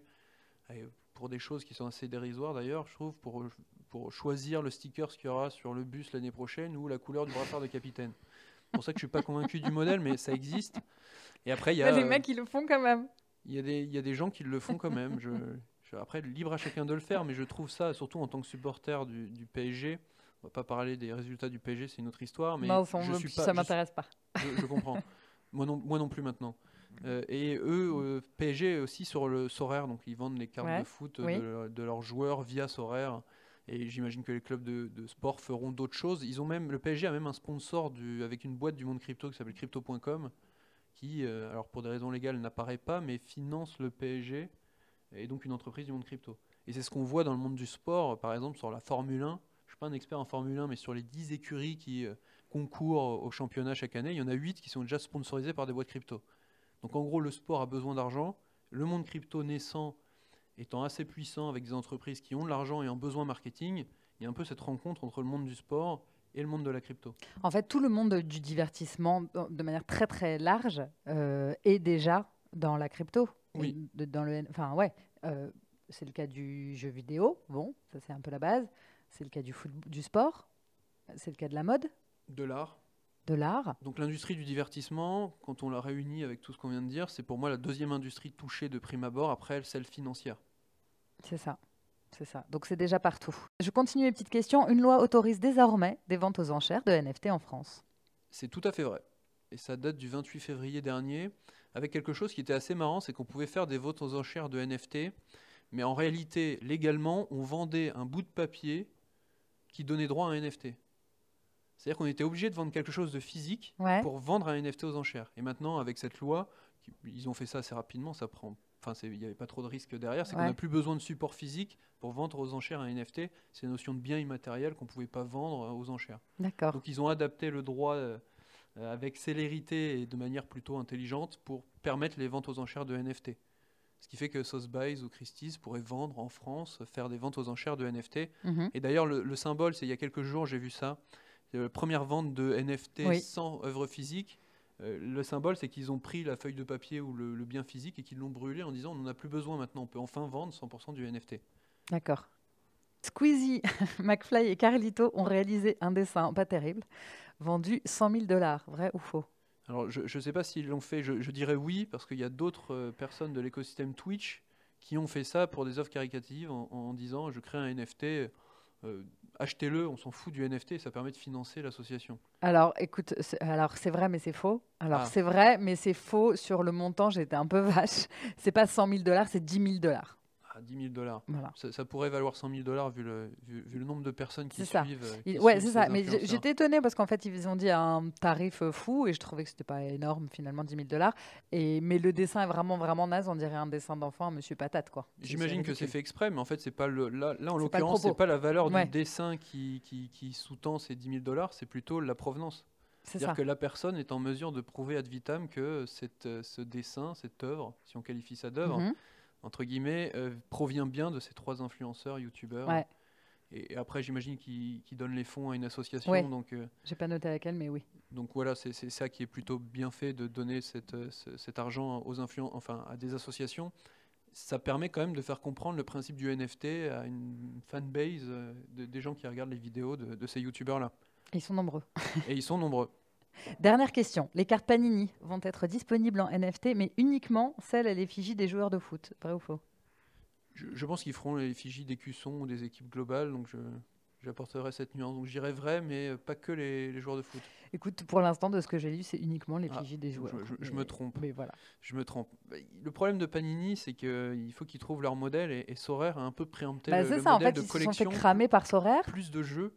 pour des choses qui sont assez dérisoires d'ailleurs, je trouve, pour choisir le sticker qu'il y aura sur le bus l'année prochaine ou la couleur du brassard de capitaine. C'est pour ça que je suis pas convaincu du modèle, mais ça existe. Et après, il y a, Les mecs ils le font quand même. il y a des gens qui le font quand même. Après, libre à chacun de le faire, mais je trouve ça, surtout en tant que supporter du PSG, on va pas parler des résultats du PSG, c'est une autre histoire, mais Non, ça, je suis pas, ça m'intéresse pas. je comprends. Moi non plus maintenant. Et eux, PSG aussi sur le Sorare, donc ils vendent les cartes Ouais, de foot oui. de leurs joueurs via Sorare. Et j'imagine que les clubs de sport feront d'autres choses. Le PSG a même un sponsor avec une boîte du monde crypto qui s'appelle crypto.com, qui, alors pour des raisons légales, n'apparaît pas, mais finance le PSG et donc une entreprise du monde crypto. Et c'est ce qu'on voit dans le monde du sport, par exemple sur la Formule 1. Je ne suis pas un expert en Formule 1, mais sur les 10 écuries qui concourent au championnat chaque année, il y en a 8 qui sont déjà sponsorisées par des boîtes crypto. Donc en gros, le sport a besoin d'argent. Le monde crypto naissant étant assez puissant avec des entreprises qui ont de l'argent et un besoin marketing, il y a un peu cette rencontre entre le monde du sport et le monde de la crypto. En fait, tout le monde du divertissement, de manière très très large, est déjà dans la crypto. Oui. Dans enfin ouais, c'est le cas du jeu vidéo. Bon, ça c'est un peu la base. C'est le cas du foot, du sport. C'est le cas de la mode, De l'art. de l'art. Donc l'industrie du divertissement, quand on la réunit avec tout ce qu'on vient de dire, c'est pour moi la deuxième industrie touchée de prime abord, après celle financière. C'est ça. C'est ça. Donc c'est déjà partout. Je continue mes petites questions. Une loi autorise désormais des ventes aux enchères de NFT en France. C'est tout à fait vrai. Et ça date du 28 février dernier, avec quelque chose qui était assez marrant, c'est qu'on pouvait faire des ventes aux enchères de NFT, mais en réalité, légalement, on vendait un bout de papier qui donnait droit à un NFT. C'est-à-dire qu'on était obligé de vendre quelque chose de physique Ouais. pour vendre un NFT aux enchères. Et maintenant, avec cette loi, ils ont fait ça assez rapidement, il n'y avait pas trop de risques derrière, c'est qu'on Ouais. n'a plus besoin de support physique pour vendre aux enchères un NFT. C'est une notion de bien immatériel qu'on ne pouvait pas vendre aux enchères. D'accord. Donc ils ont adapté le droit avec célérité et de manière plutôt intelligente pour permettre les ventes aux enchères de NFT. Ce qui fait que Sotheby's ou Christie's pourraient vendre en France, faire des ventes aux enchères de NFT. Mhm. Et d'ailleurs, le symbole, c'est il y a quelques jours, j'ai vu ça, la première vente de NFT Oui. sans œuvre physique. Le symbole, c'est qu'ils ont pris la feuille de papier ou le bien physique et qu'ils l'ont brûlé en disant on n'en a plus besoin maintenant, on peut enfin vendre 100% du NFT. D'accord. Squeezie, McFly et Carlito ont réalisé un dessin pas terrible, vendu 100 000 $. Vrai ou faux? Alors, je ne sais pas s'ils l'ont fait, je dirais oui, parce qu'il y a d'autres personnes de l'écosystème Twitch qui ont fait ça pour des œuvres caricatives en disant je crée un NFT, achetez-le, on s'en fout du NFT, ça permet de financer l'association. Alors, écoute, alors c'est vrai, mais c'est faux. Alors, Ah. c'est vrai, mais c'est faux sur le montant. J'étais un peu vache. C'est pas 100 000 $, c'est 10 000 $. À 10 000 $. Voilà. Ça pourrait valoir 100 000 $, vu le nombre de personnes qui C'est ça. suivent. Ouais, c'est ces ça. Mais influenceurs. j'étais étonnée parce qu'en fait, ils ont dit un tarif fou et je trouvais que c'était pas énorme, finalement, 10 000 $. Mais le dessin est vraiment, vraiment naze. On dirait un dessin d'enfant à Monsieur Patate, quoi. J'imagine que c'est ridicule. fait exprès, mais en fait, c'est pas là en C'est pas le l'occurrence, propos. c'est pas la valeur Ouais. du dessin qui sous-tend ces 10 000 $, c'est plutôt la provenance. C'est C'est-à-dire ça. que la personne est en mesure de prouver ad vitam que ce dessin, cette œuvre, si on qualifie ça d'œuvre, Mhm. entre guillemets, provient bien de ces trois influenceurs, youtubeurs. Ouais. Et après, j'imagine qu'ils donnent les fonds à une association. Ouais. Donc J'ai pas noté laquelle, mais oui. voilà, c'est ça qui est plutôt bien fait de donner cet argent aux enfin, à des associations. ça permet quand même de faire comprendre le principe du NFT à une fanbase des gens qui regardent les vidéos de ces youtubeurs-là. Ils sont nombreux. Et ils sont nombreux. Dernière question. Les cartes Panini vont être disponibles en NFT, mais uniquement celles à l'effigie des joueurs de foot. Vrai ou faux? Je pense qu'ils feront l'effigie des cuissons ou des équipes globales, donc j'apporterai cette nuance. Donc je dirais vrai, mais pas que les joueurs de foot. Écoute, pour l'instant, de ce que j'ai lu, c'est uniquement l'effigie des joueurs. Je me trompe. Mais voilà. Je me trompe. Le problème de Panini, c'est qu'il faut qu'ils trouvent leur modèle, et Sorare a un peu préempté le c'est ça, en modèle fait, de ils se sont collection. fait cramer par Sorare. Plus de jeux.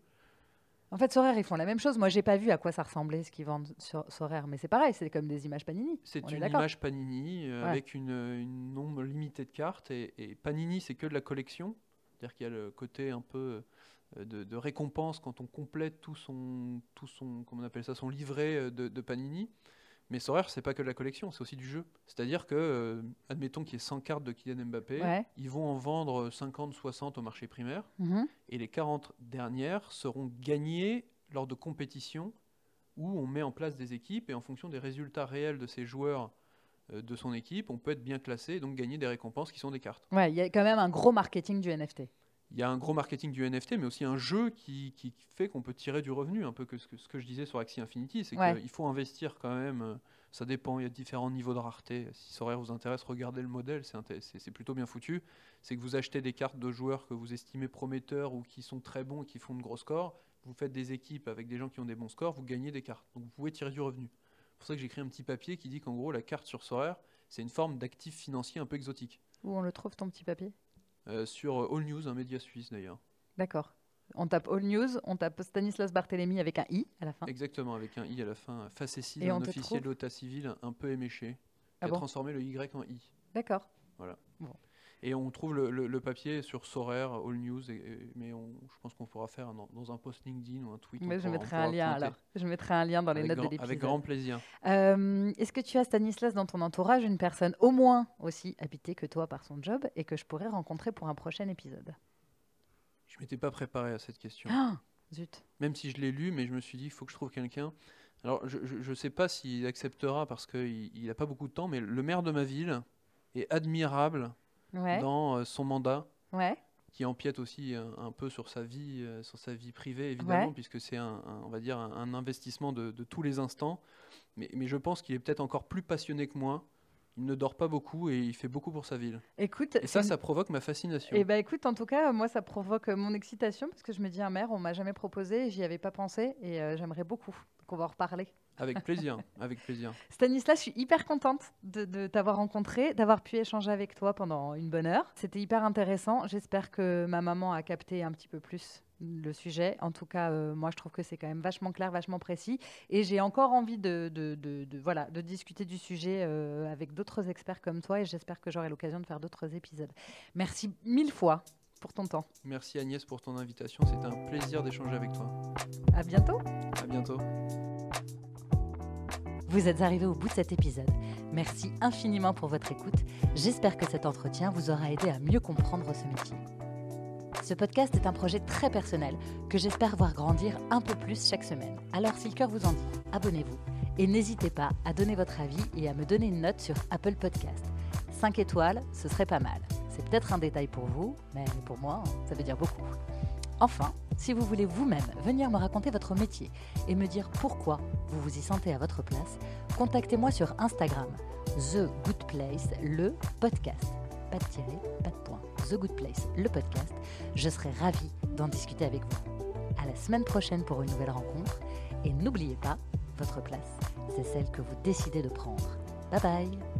En fait, Sorare, ils font la même chose. Moi, j'ai pas vu à quoi ça ressemblait ce qu'ils vendent sur Sorare, mais c'est pareil, c'est comme des images Panini. C'est On une est d'accord. image Panini avec une nombre limité de cartes, et Panini, c'est que de la collection. C'est-à-dire qu'il y a le côté un peu de récompense quand on complète tout son comment on appelle ça, son livret de Panini. Mais Sorare, c'est pas que de la collection, c'est aussi du jeu. C'est-à-dire que, admettons qu'il y ait 100 cartes de Kylian Mbappé, ils vont en vendre 50, 60 au marché primaire, et les 40 dernières seront gagnées lors de compétitions où on met en place des équipes, et en fonction des résultats réels de ces joueurs de son équipe, on peut être bien classé et donc gagner des récompenses qui sont des cartes. Ouais, il y a quand même un gros marketing du NFT. Il y a un gros marketing du NFT, mais aussi un jeu qui fait qu'on peut tirer du revenu, un peu que ce que je disais sur Axie Infinity, c'est qu'il faut investir quand même, ça dépend, il y a différents niveaux de rareté. Si Sorare vous intéresse, regardez le modèle, c'est plutôt bien foutu. C'est que vous achetez des cartes de joueurs que vous estimez prometteurs ou qui sont très bons et qui font de gros scores, vous faites des équipes avec des gens qui ont des bons scores, vous gagnez des cartes. Donc vous pouvez tirer du revenu. C'est pour ça que j'ai écrit un petit papier qui dit qu'en gros, la carte sur Sorare, c'est une forme d'actif financier un peu exotique. Où on le trouve, ton petit papier? Sur All News, un média suisse d'ailleurs. D'accord. On tape All News, on tape Stanislas Barthélemy avec un I à la fin. Exactement, avec un I à la fin. Facétie, un officier de l'état civil un peu éméché, qui a transformé le Y en I. D'accord. Voilà. Bon. Et on trouve le papier sur Sorare, All News, mais je pense qu'on pourra faire dans un post LinkedIn ou un tweet. Mais je mettrai un lien alors. Je mettrai un lien dans les notes de l'épisode. Avec grand plaisir. Est-ce que tu as, Stanislas, dans ton entourage, une personne au moins aussi habitée que toi par son job et que je pourrais rencontrer pour un prochain épisode? Je ne m'étais pas préparé à cette question. Ah, zut. Même si je l'ai lu, mais je me suis dit, il faut que je trouve quelqu'un. Alors, je ne sais pas s'il acceptera parce qu'il n'a pas beaucoup de temps, mais le maire de ma ville est admirable dans son mandat, qui empiète aussi un peu sur sa vie privée, évidemment, puisque c'est on va dire un investissement de tous les instants. Mais je pense qu'il est peut-être encore plus passionné que moi. Il ne dort pas beaucoup et il fait beaucoup pour sa ville. Écoute, et ça provoque ma fascination. Et écoute, en tout cas, moi, ça provoque mon excitation parce que je me dis, un maire, on m'a jamais proposé, j'y avais pas pensé et j'aimerais beaucoup qu'on va en reparler. Avec plaisir, avec plaisir. Stanislas, je suis hyper contente de t'avoir rencontré, d'avoir pu échanger avec toi pendant une bonne heure. C'était hyper intéressant. J'espère que ma maman a capté un petit peu plus le sujet. En tout cas, moi, je trouve que c'est quand même vachement clair, vachement précis. Et j'ai encore envie de discuter du sujet avec d'autres experts comme toi. Et j'espère que j'aurai l'occasion de faire d'autres épisodes. Merci 1000 fois pour ton temps. Merci Agnès pour ton invitation. C'était un plaisir d'échanger avec toi. À bientôt. À bientôt. Vous êtes arrivés au bout de cet épisode. Merci infiniment pour votre écoute. J'espère que cet entretien vous aura aidé à mieux comprendre ce métier. Ce podcast est un projet très personnel que j'espère voir grandir un peu plus chaque semaine. Alors si le cœur vous en dit, abonnez-vous et n'hésitez pas à donner votre avis et à me donner une note sur Apple Podcast. 5 étoiles, ce serait pas mal. C'est peut-être un détail pour vous, mais pour moi, ça veut dire beaucoup. Enfin, si vous voulez vous-même venir me raconter votre métier et me dire pourquoi vous vous y sentez à votre place, contactez-moi sur Instagram, The Good Place, le podcast. Pas de tiret, pas de point. The Good Place, le podcast. Je serai ravie d'en discuter avec vous. À la semaine prochaine pour une nouvelle rencontre. Et n'oubliez pas, votre place, c'est celle que vous décidez de prendre. Bye bye!